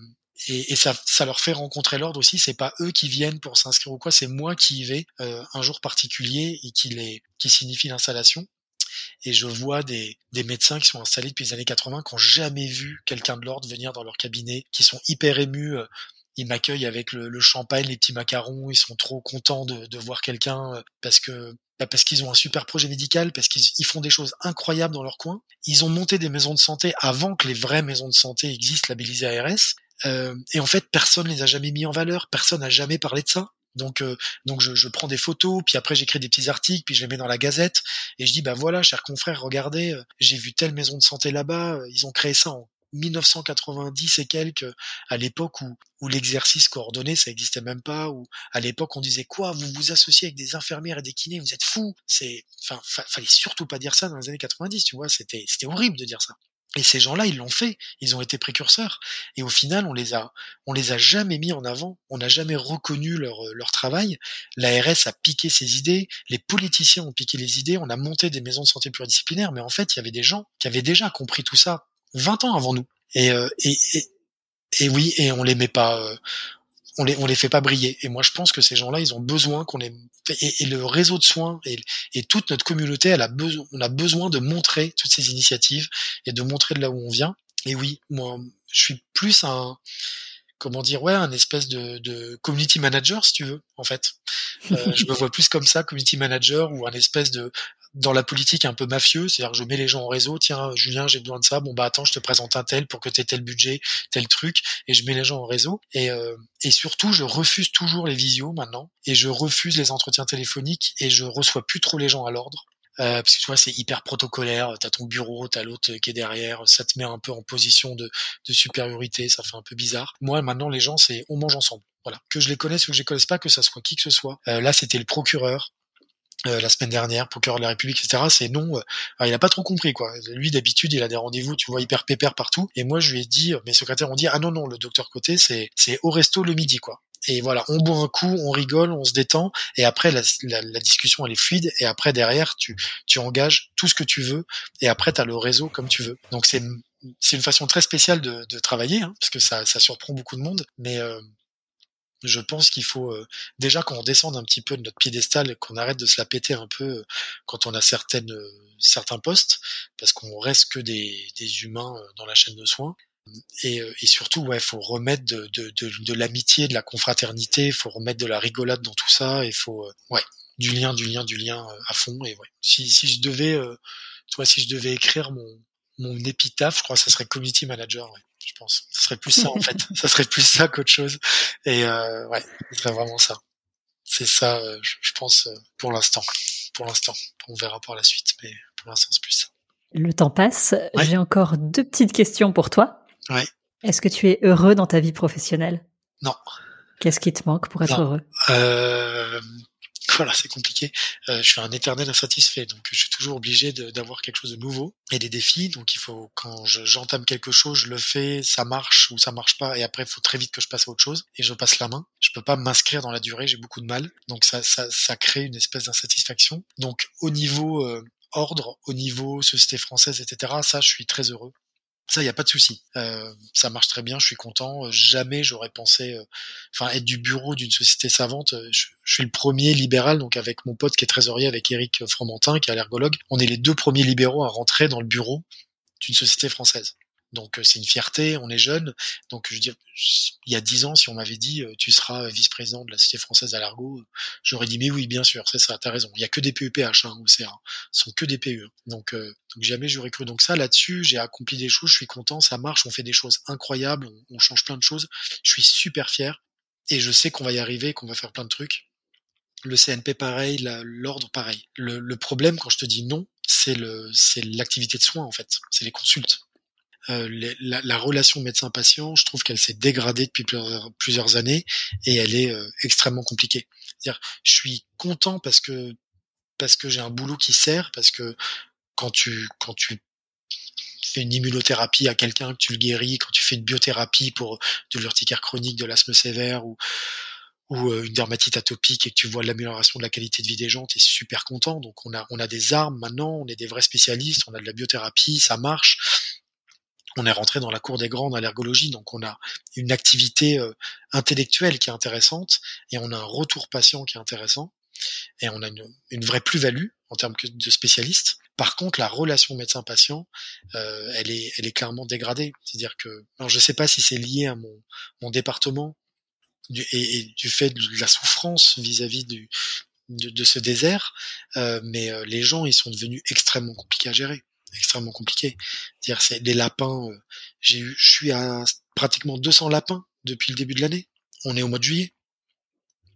ça leur fait rencontrer l'ordre aussi. C'est pas eux qui viennent pour s'inscrire ou quoi, c'est moi qui y vais un jour particulier et qui signifie l'installation. Et je vois des médecins qui sont installés depuis les années 80, qui n'ont jamais vu quelqu'un de l'ordre venir dans leur cabinet, qui sont hyper émus. Ils m'accueillent avec le champagne, les petits macarons. Ils sont trop contents de voir quelqu'un parce qu'ils ont un super projet médical, parce qu'ils font des choses incroyables dans leur coin. Ils ont monté des maisons de santé avant que les vraies maisons de santé existent, labellisées ARS. Et en fait, personne les a jamais mis en valeur. Personne n'a jamais parlé de ça. Donc je prends des photos, puis après j'écris des petits articles, puis je les mets dans la Gazette, et je dis bah voilà, chers confrères, regardez, j'ai vu telle maison de santé là-bas, ils ont créé ça en 1990 et quelques, à l'époque où l'exercice coordonné ça existait même pas, où à l'époque on disait quoi, vous vous associez avec des infirmières et des kinés, vous êtes fous, fallait surtout pas dire ça dans les années 90, tu vois, c'était horrible de dire ça. Et ces gens-là, ils l'ont fait, ils ont été précurseurs. Et au final, on les a jamais mis en avant, on n'a jamais reconnu leur travail. L'ARS a piqué ses idées, les politiciens ont piqué les idées, on a monté des maisons de santé pluridisciplinaires, mais en fait, il y avait des gens qui avaient déjà compris tout ça 20 ans avant nous. Et oui, et on les met pas, on les fait pas briller. Et moi, je pense que ces gens-là, ils ont besoin qu'on les, et le réseau de soins et toute notre communauté, on a besoin de montrer toutes ces initiatives et de montrer de là où on vient. Et oui, moi, je suis plus comment dire, ouais, un espèce de community manager, si tu veux, en fait. Je me vois plus comme ça, community manager, ou un espèce dans la politique un peu mafieux, c'est-à-dire que je mets les gens en réseau, tiens, Julien, j'ai besoin de ça, bon bah attends, je te présente un tel pour que t'aies tel budget, tel truc, et je mets les gens en réseau. Et surtout, je refuse toujours les visios maintenant, et je refuse les entretiens téléphoniques, et je reçois plus trop les gens à l'ordre. Parce que tu vois, c'est hyper protocolaire, t'as ton bureau, t'as l'autre qui est derrière, ça te met un peu en position de supériorité, ça fait un peu bizarre. Moi, maintenant, les gens, c'est on mange ensemble. Voilà. Que je les connaisse ou que je les connaisse pas, que ça soit qui que ce soit. Là, c'était le procureur. La semaine dernière, procureur de la République, etc. C'est non. Alors, il a pas trop compris, quoi. Lui, d'habitude, il a des rendez-vous, tu vois, hyper pépère partout. Et moi, je lui ai dit, mes secrétaires ont dit, ah non, non, le docteur Côté, c'est au resto le midi, quoi. Et voilà, on boit un coup, on rigole, on se détend, et après la discussion elle est fluide, et après derrière tu engages tout ce que tu veux, et après t'as le réseau comme tu veux. Donc c'est une façon très spéciale de travailler, hein, parce que ça surprend beaucoup de monde, mais je pense qu'il faut déjà qu'on descende un petit peu de notre piédestal, qu'on arrête de se la péter un peu quand on a certains postes, parce qu'on reste que des humains dans la chaîne de soins. Et surtout, ouais, faut remettre de l'amitié, de la confraternité, il faut remettre de la rigolade dans tout ça, il faut ouais, du lien à fond. Et ouais, si je devais, si je devais écrire mon épitaphe, je crois que ça serait community manager. Ouais, je pense, ça serait plus ça en fait, ça serait plus ça qu'autre chose. Et ouais, ce serait vraiment ça. C'est ça, je pense pour l'instant. Pour l'instant, on verra par la suite, mais pour l'instant c'est plus ça. Le temps passe. Ouais. J'ai encore 2 petites questions pour toi. Ouais. Est-ce que tu es heureux dans ta vie professionnelle? Non. Qu'est-ce qui te manque pour être heureux? Voilà, c'est compliqué. Je suis un éternel insatisfait, donc je suis toujours obligé d'avoir quelque chose de nouveau et des défis. Donc il faut, quand j'entame quelque chose, je le fais, ça marche ou ça marche pas, et après il faut très vite que je passe à autre chose et je passe la main. Je peux pas m'inscrire dans la durée, j'ai beaucoup de mal. Donc ça crée une espèce d'insatisfaction. Donc au niveau ordre, au niveau société française, etc. Ça, je suis très heureux. Ça, il y a pas de souci. Ça marche très bien, je suis content. Jamais j'aurais pensé, être du bureau d'une société savante. Je suis le premier libéral, donc avec mon pote qui est trésorier, avec Éric Fromentin, qui est allergologue. On est les 2 premiers libéraux à rentrer dans le bureau d'une société française. Donc c'est une fierté, on est jeune. Donc je veux dire, il y a 10 ans, si on m'avait dit tu seras vice-président de la Société française d'Allergo, j'aurais dit mais oui, bien sûr, c'est ça, t'as raison. Il y a que des PEPH au CA, ce sont que des PE. Donc jamais j'aurais cru. Donc ça, là-dessus, j'ai accompli des choses, je suis content, ça marche, on fait des choses incroyables, on change plein de choses. Je suis super fier et je sais qu'on va y arriver, qu'on va faire plein de trucs. Le CNP pareil, l'ordre pareil. Le problème quand je te dis non, c'est l'activité de soins en fait, c'est les consultes. La relation médecin-patient, je trouve qu'elle s'est dégradée depuis plusieurs années et elle est extrêmement compliquée. C'est-à-dire, je suis content parce que j'ai un boulot qui sert, parce que quand tu fais une immunothérapie à quelqu'un, que tu le guéris, quand tu fais une biothérapie pour de l'urticaire chronique, de l'asthme sévère ou une dermatite atopique et que tu vois l'amélioration de la qualité de vie des gens, t'es super content. Donc on a des armes maintenant, on est des vrais spécialistes, on a de la biothérapie, ça marche. On est rentré dans la cour des grands en allergologie, donc on a une activité intellectuelle qui est intéressante, et on a un retour patient qui est intéressant, et on a une vraie plus-value en termes de spécialistes. Par contre, la relation médecin-patient, elle est clairement dégradée. C'est-à-dire que, alors je sais pas si c'est lié à mon département et du fait de la souffrance vis-à-vis de ce désert, mais les gens, ils sont devenus extrêmement compliqués à gérer. Extrêmement compliqué. C'est-à-dire, c'est les lapins. Je suis à pratiquement 200 lapins depuis le début de l'année. On est au mois de juillet.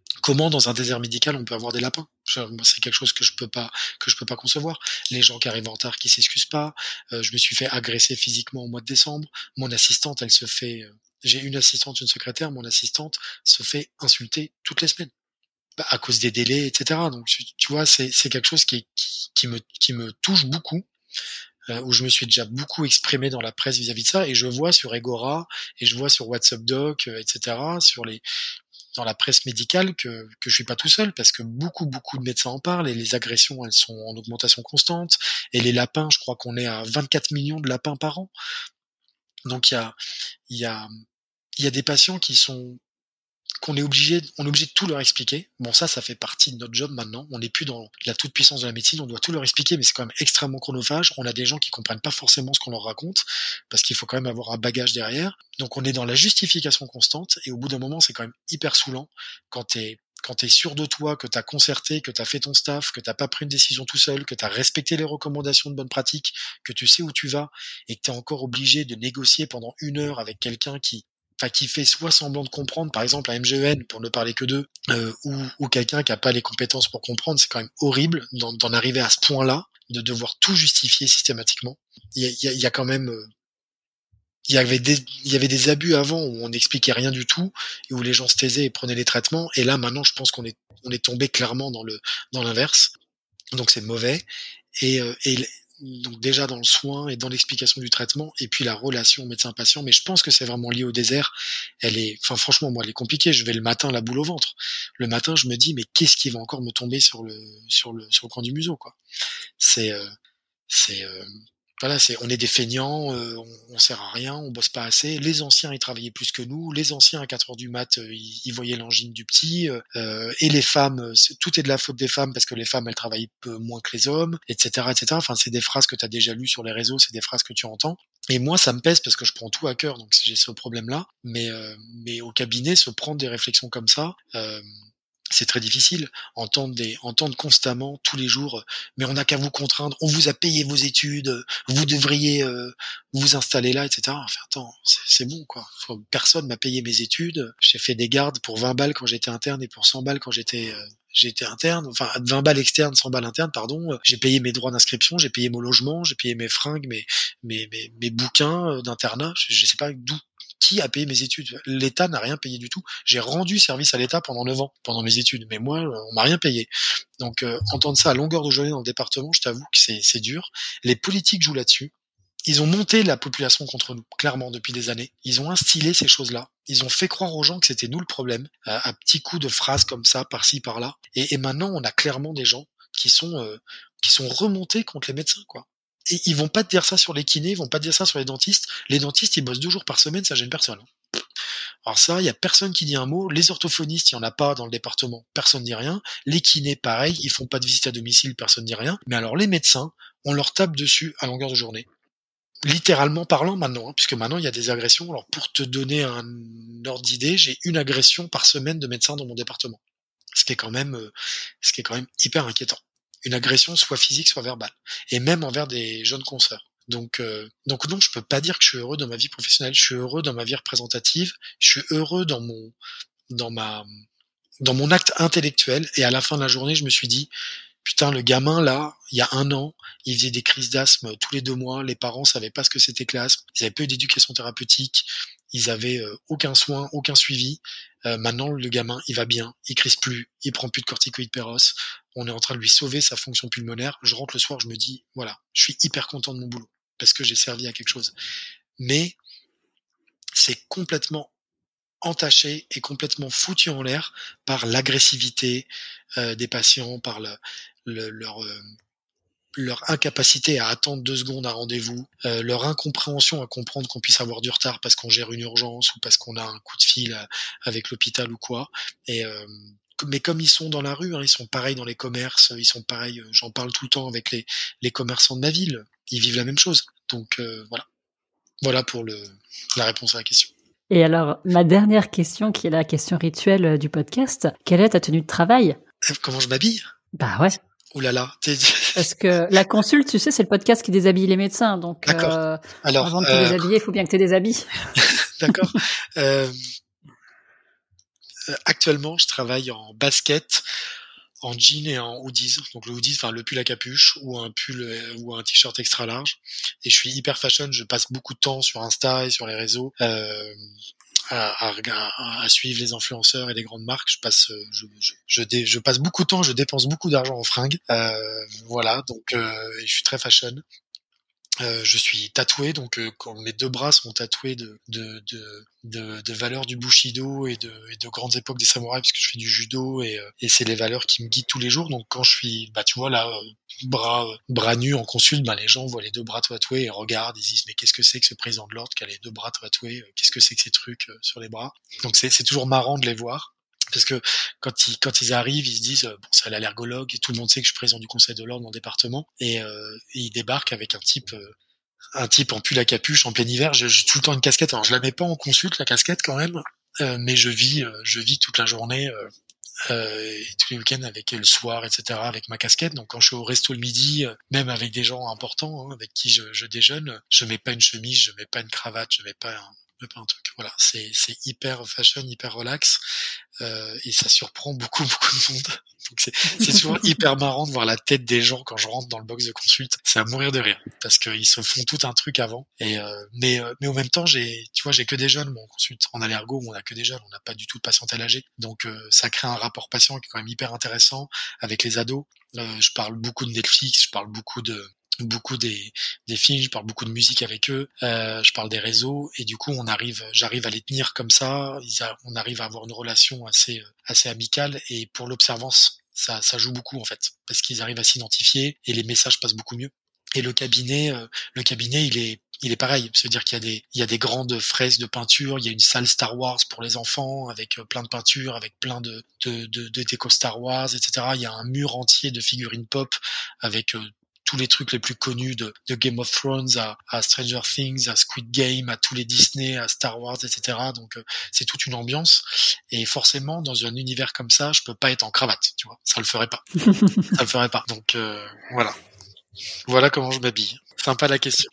Comment dans un désert médical on peut avoir des lapins? Moi, c'est quelque chose que je peux pas concevoir. Les gens qui arrivent en retard, qui s'excusent pas. Je me suis fait agresser physiquement au mois de décembre. Mon assistante, elle se fait, j'ai une assistante, une secrétaire. Mon assistante se fait insulter toutes les semaines à cause des délais, etc. Donc tu vois, c'est quelque chose qui me touche beaucoup. Où je me suis déjà beaucoup exprimé dans la presse vis-à-vis de ça, et je vois sur Egora, et je vois sur WhatsApp Doc, etc., dans la presse médicale que je suis pas tout seul, parce que beaucoup de médecins en parlent, et les agressions, elles sont en augmentation constante, et les lapins, je crois qu'on est à 24 millions de lapins par an. Donc il y a des patients qu'on est obligé de tout leur expliquer. Bon, ça fait partie de notre job maintenant. On n'est plus dans la toute-puissance de la médecine, on doit tout leur expliquer, mais c'est quand même extrêmement chronophage. On a des gens qui comprennent pas forcément ce qu'on leur raconte, parce qu'il faut quand même avoir un bagage derrière. Donc on est dans la justification constante, et au bout d'un moment, c'est quand même hyper saoulant quand t'es sûr de toi, que t'as concerté, que t'as fait ton staff, que t'as pas pris une décision tout seul, que t'as respecté les recommandations de bonne pratique, que tu sais où tu vas, et que t'es encore obligé de négocier pendant 1 heure avec quelqu'un qui fait soit semblant de comprendre, par exemple un MGEN, pour ne parler que d'eux, ou quelqu'un qui a pas les compétences pour comprendre. C'est quand même horrible d'en arriver à ce point-là, de devoir tout justifier systématiquement. Il y a quand même, il y avait des abus avant où on n'expliquait rien du tout, et où les gens se taisaient et prenaient les traitements. Et là, maintenant, je pense qu'on est tombé clairement dans l'inverse. Donc c'est mauvais. Et donc déjà dans le soin et dans l'explication du traitement, et puis la relation médecin-patient. Mais je pense que c'est vraiment lié au désert. Franchement, moi, elle est compliquée. Je vais le matin la boule au ventre. Le matin, je me dis, mais qu'est-ce qui va encore me tomber sur le coin du museau, quoi. Voilà, on est des feignants, on sert à rien, on bosse pas assez. Les anciens, ils travaillaient plus que nous. Les anciens, à 4 heures du mat, ils voyaient l'angine du petit. Et les femmes, tout est de la faute des femmes, parce que les femmes, elles travaillent peu moins que les hommes, etc., etc. Enfin, c'est des phrases que tu as déjà lues sur les réseaux, c'est des phrases que tu entends. Et moi, ça me pèse parce que je prends tout à cœur, donc j'ai ce problème-là. Mais au cabinet, se prendre des réflexions comme ça, c'est très difficile. Entendre constamment tous les jours, mais on n'a qu'à vous contraindre, on vous a payé vos études, vous devriez vous installer là, etc. Enfin, attends, c'est bon, quoi. Personne m'a payé mes études. J'ai fait des gardes pour 20 balles quand j'étais interne, et pour 100 balles quand j'étais interne, enfin 20 balles externes, 100 balles internes, pardon. J'ai payé mes droits d'inscription, j'ai payé mon logement, j'ai payé mes fringues, mes bouquins d'internat. Je sais pas d'où. Qui a payé mes études? L'État n'a rien payé du tout. J'ai rendu service à l'État pendant 9 ans, pendant mes études, mais moi, on m'a rien payé. Donc, entendre ça à longueur de journée dans le département, je t'avoue que c'est dur. Les politiques jouent là-dessus. Ils ont monté la population contre nous, clairement, depuis des années. Ils ont instillé ces choses-là. Ils ont fait croire aux gens que c'était nous le problème, à petits coups de phrases comme ça, par-ci, par-là. Et maintenant, on a clairement des gens qui sont remontés contre les médecins, quoi. Et ils vont pas te dire ça sur les kinés, ils vont pas te dire ça sur les dentistes. Les dentistes, ils bossent 2 jours par semaine, ça gêne personne. Alors ça, il y a personne qui dit un mot. Les orthophonistes, il y en a pas dans le département, personne dit rien. Les kinés, pareil, ils font pas de visite à domicile, personne dit rien. Mais alors les médecins, on leur tape dessus à longueur de journée. Littéralement parlant maintenant, puisque maintenant il y a des agressions. Alors pour te donner un ordre d'idée, j'ai 1 agression par semaine de médecins dans mon département. Ce qui est quand même hyper inquiétant. Une agression soit physique, soit verbale. Et même envers des jeunes consoeurs. Donc non, je peux pas dire que je suis heureux dans ma vie professionnelle. Je suis heureux dans ma vie représentative. Je suis heureux dans mon acte intellectuel. Et à la fin de la journée, je me suis dit, putain, le gamin là, il y a 1 an, il faisait des crises d'asthme tous les 2 mois. Les parents savaient pas ce que c'était que l'asthme. Ils avaient peu d'éducation thérapeutique. Ils avaient aucun soin, aucun suivi. Maintenant, le gamin, il va bien, il crise plus, il prend plus de corticoïdes péros. On est en train de lui sauver sa fonction pulmonaire. Je rentre le soir, je me dis, voilà, je suis hyper content de mon boulot parce que j'ai servi à quelque chose. Mais c'est complètement entaché et complètement foutu en l'air par l'agressivité des patients, par leur incapacité à attendre 2 secondes un rendez-vous, leur incompréhension à comprendre qu'on puisse avoir du retard parce qu'on gère une urgence ou parce qu'on a un coup de fil avec l'hôpital ou quoi. Mais comme ils sont dans la rue, ils sont pareils dans les commerces, ils sont pareils, j'en parle tout le temps avec les commerçants de ma ville, ils vivent la même chose. Donc voilà pour la réponse à la question. Et alors, ma dernière question, qui est la question rituelle du podcast, quelle est ta tenue de travail? Comment je m'habille? Bah ouais. Ouh là là. Parce que la consulte, tu sais, c'est le podcast qui déshabille les médecins. Donc, alors, avant de te déshabiller, il faut bien que tu déshabilles. D'accord. Actuellement, je travaille en basket, en jean et en hoodies. Donc le hoodies, enfin le pull à capuche ou un pull ou un t-shirt extra large. Et je suis hyper fashion. Je passe beaucoup de temps sur Insta et sur les réseaux à suivre les influenceurs et les grandes marques. Je passe beaucoup de temps. Je dépense beaucoup d'argent en fringues. Voilà. Donc et je suis très fashion. Je suis tatoué, donc quand mes 2 bras sont tatoués de valeurs du Bushido et de grandes époques des samouraïs, parce que je fais du judo et c'est les valeurs qui me guident tous les jours. Donc quand je suis, tu vois là, bras nus en consulte, les gens voient les 2 bras tatoués et regardent, ils disent mais qu'est-ce que c'est que ce président de l'ordre qui a les 2 bras tatoués, qu'est-ce que c'est que ces trucs sur les bras. Donc c'est toujours marrant de les voir. Parce que quand ils arrivent, ils se disent bon, c'est l'allergologue, tout le monde sait que je suis président du conseil de l'ordre dans mon département, et ils débarquent avec un type en pull à capuche en plein hiver. J'ai tout le temps une casquette. Alors je la mets pas en consulte la casquette quand même, mais je vis toute la journée et tous les week-ends avec le soir, etc. avec ma casquette. Donc quand je suis au resto le midi, même avec des gens importants avec qui je déjeune, je mets pas une chemise, je mets pas une cravate, je mets pas un truc. Voilà, c'est hyper fashion, hyper relax, et ça surprend beaucoup de monde. Donc c'est toujours hyper marrant de voir la tête des gens quand je rentre dans le box de consulte. C'est à mourir de rire parce qu'ils se font tout un truc avant. Et mais au même temps, j'ai que des jeunes. Bon, on consulte en allergo, on a que des jeunes, on n'a pas du tout de patientèle âgée. Donc ça crée un rapport patient qui est quand même hyper intéressant avec les ados. Je parle beaucoup de Netflix, je parle beaucoup des films, je parle beaucoup de musique avec eux, je parle des réseaux, et du coup j'arrive à les tenir comme ça, on arrive à avoir une relation assez amicale, et pour l'observance, ça joue beaucoup en fait, parce qu'ils arrivent à s'identifier et les messages passent beaucoup mieux. Et le cabinet il est pareil, c'est-à-dire qu'il y a des grandes fresques de peinture, il y a une salle Star Wars pour les enfants avec plein de peintures, avec plein de déco Star Wars, etc. Il y a un mur entier de figurines pop avec tous les trucs les plus connus de Game of Thrones à Stranger Things, à Squid Game, à tous les Disney, à Star Wars, etc. Donc c'est toute une ambiance, et forcément dans un univers comme ça, je peux pas être en cravate, tu vois, ça le ferait pas. Donc voilà comment je m'habille. Sympa la question.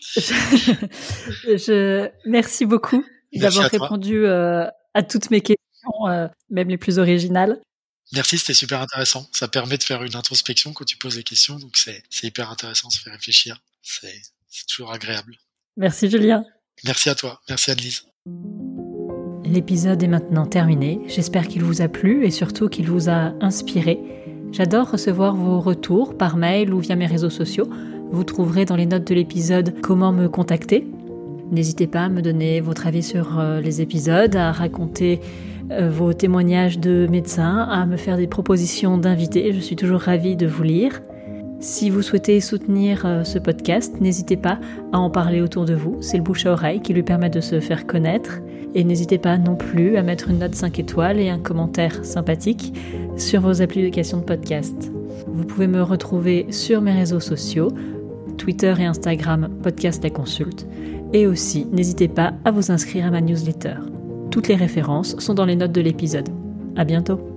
Merci beaucoup d'avoir répondu à toutes mes questions, même les plus originales. Merci, c'était super intéressant. Ça permet de faire une introspection quand tu poses des questions, donc c'est hyper intéressant, ça fait réfléchir. C'est toujours agréable. Merci Julien. Merci à toi, merci Anne-Lise. L'épisode est maintenant terminé. J'espère qu'il vous a plu et surtout qu'il vous a inspiré. J'adore recevoir vos retours par mail ou via mes réseaux sociaux. Vous trouverez dans les notes de l'épisode comment me contacter. N'hésitez pas à me donner votre avis sur les épisodes, à raconter vos témoignages de médecins, à me faire des propositions d'invités. Je suis toujours ravie de vous lire. Si vous souhaitez soutenir ce podcast, n'hésitez pas à en parler autour de vous. C'est le bouche à oreille qui lui permet de se faire connaître. Et n'hésitez pas non plus à mettre une note 5 étoiles et un commentaire sympathique sur vos applications de podcast. Vous pouvez me retrouver sur mes réseaux sociaux, Twitter et Instagram, Podcast La Consulte. Et aussi, n'hésitez pas à vous inscrire à ma newsletter. Toutes les références sont dans les notes de l'épisode. À bientôt.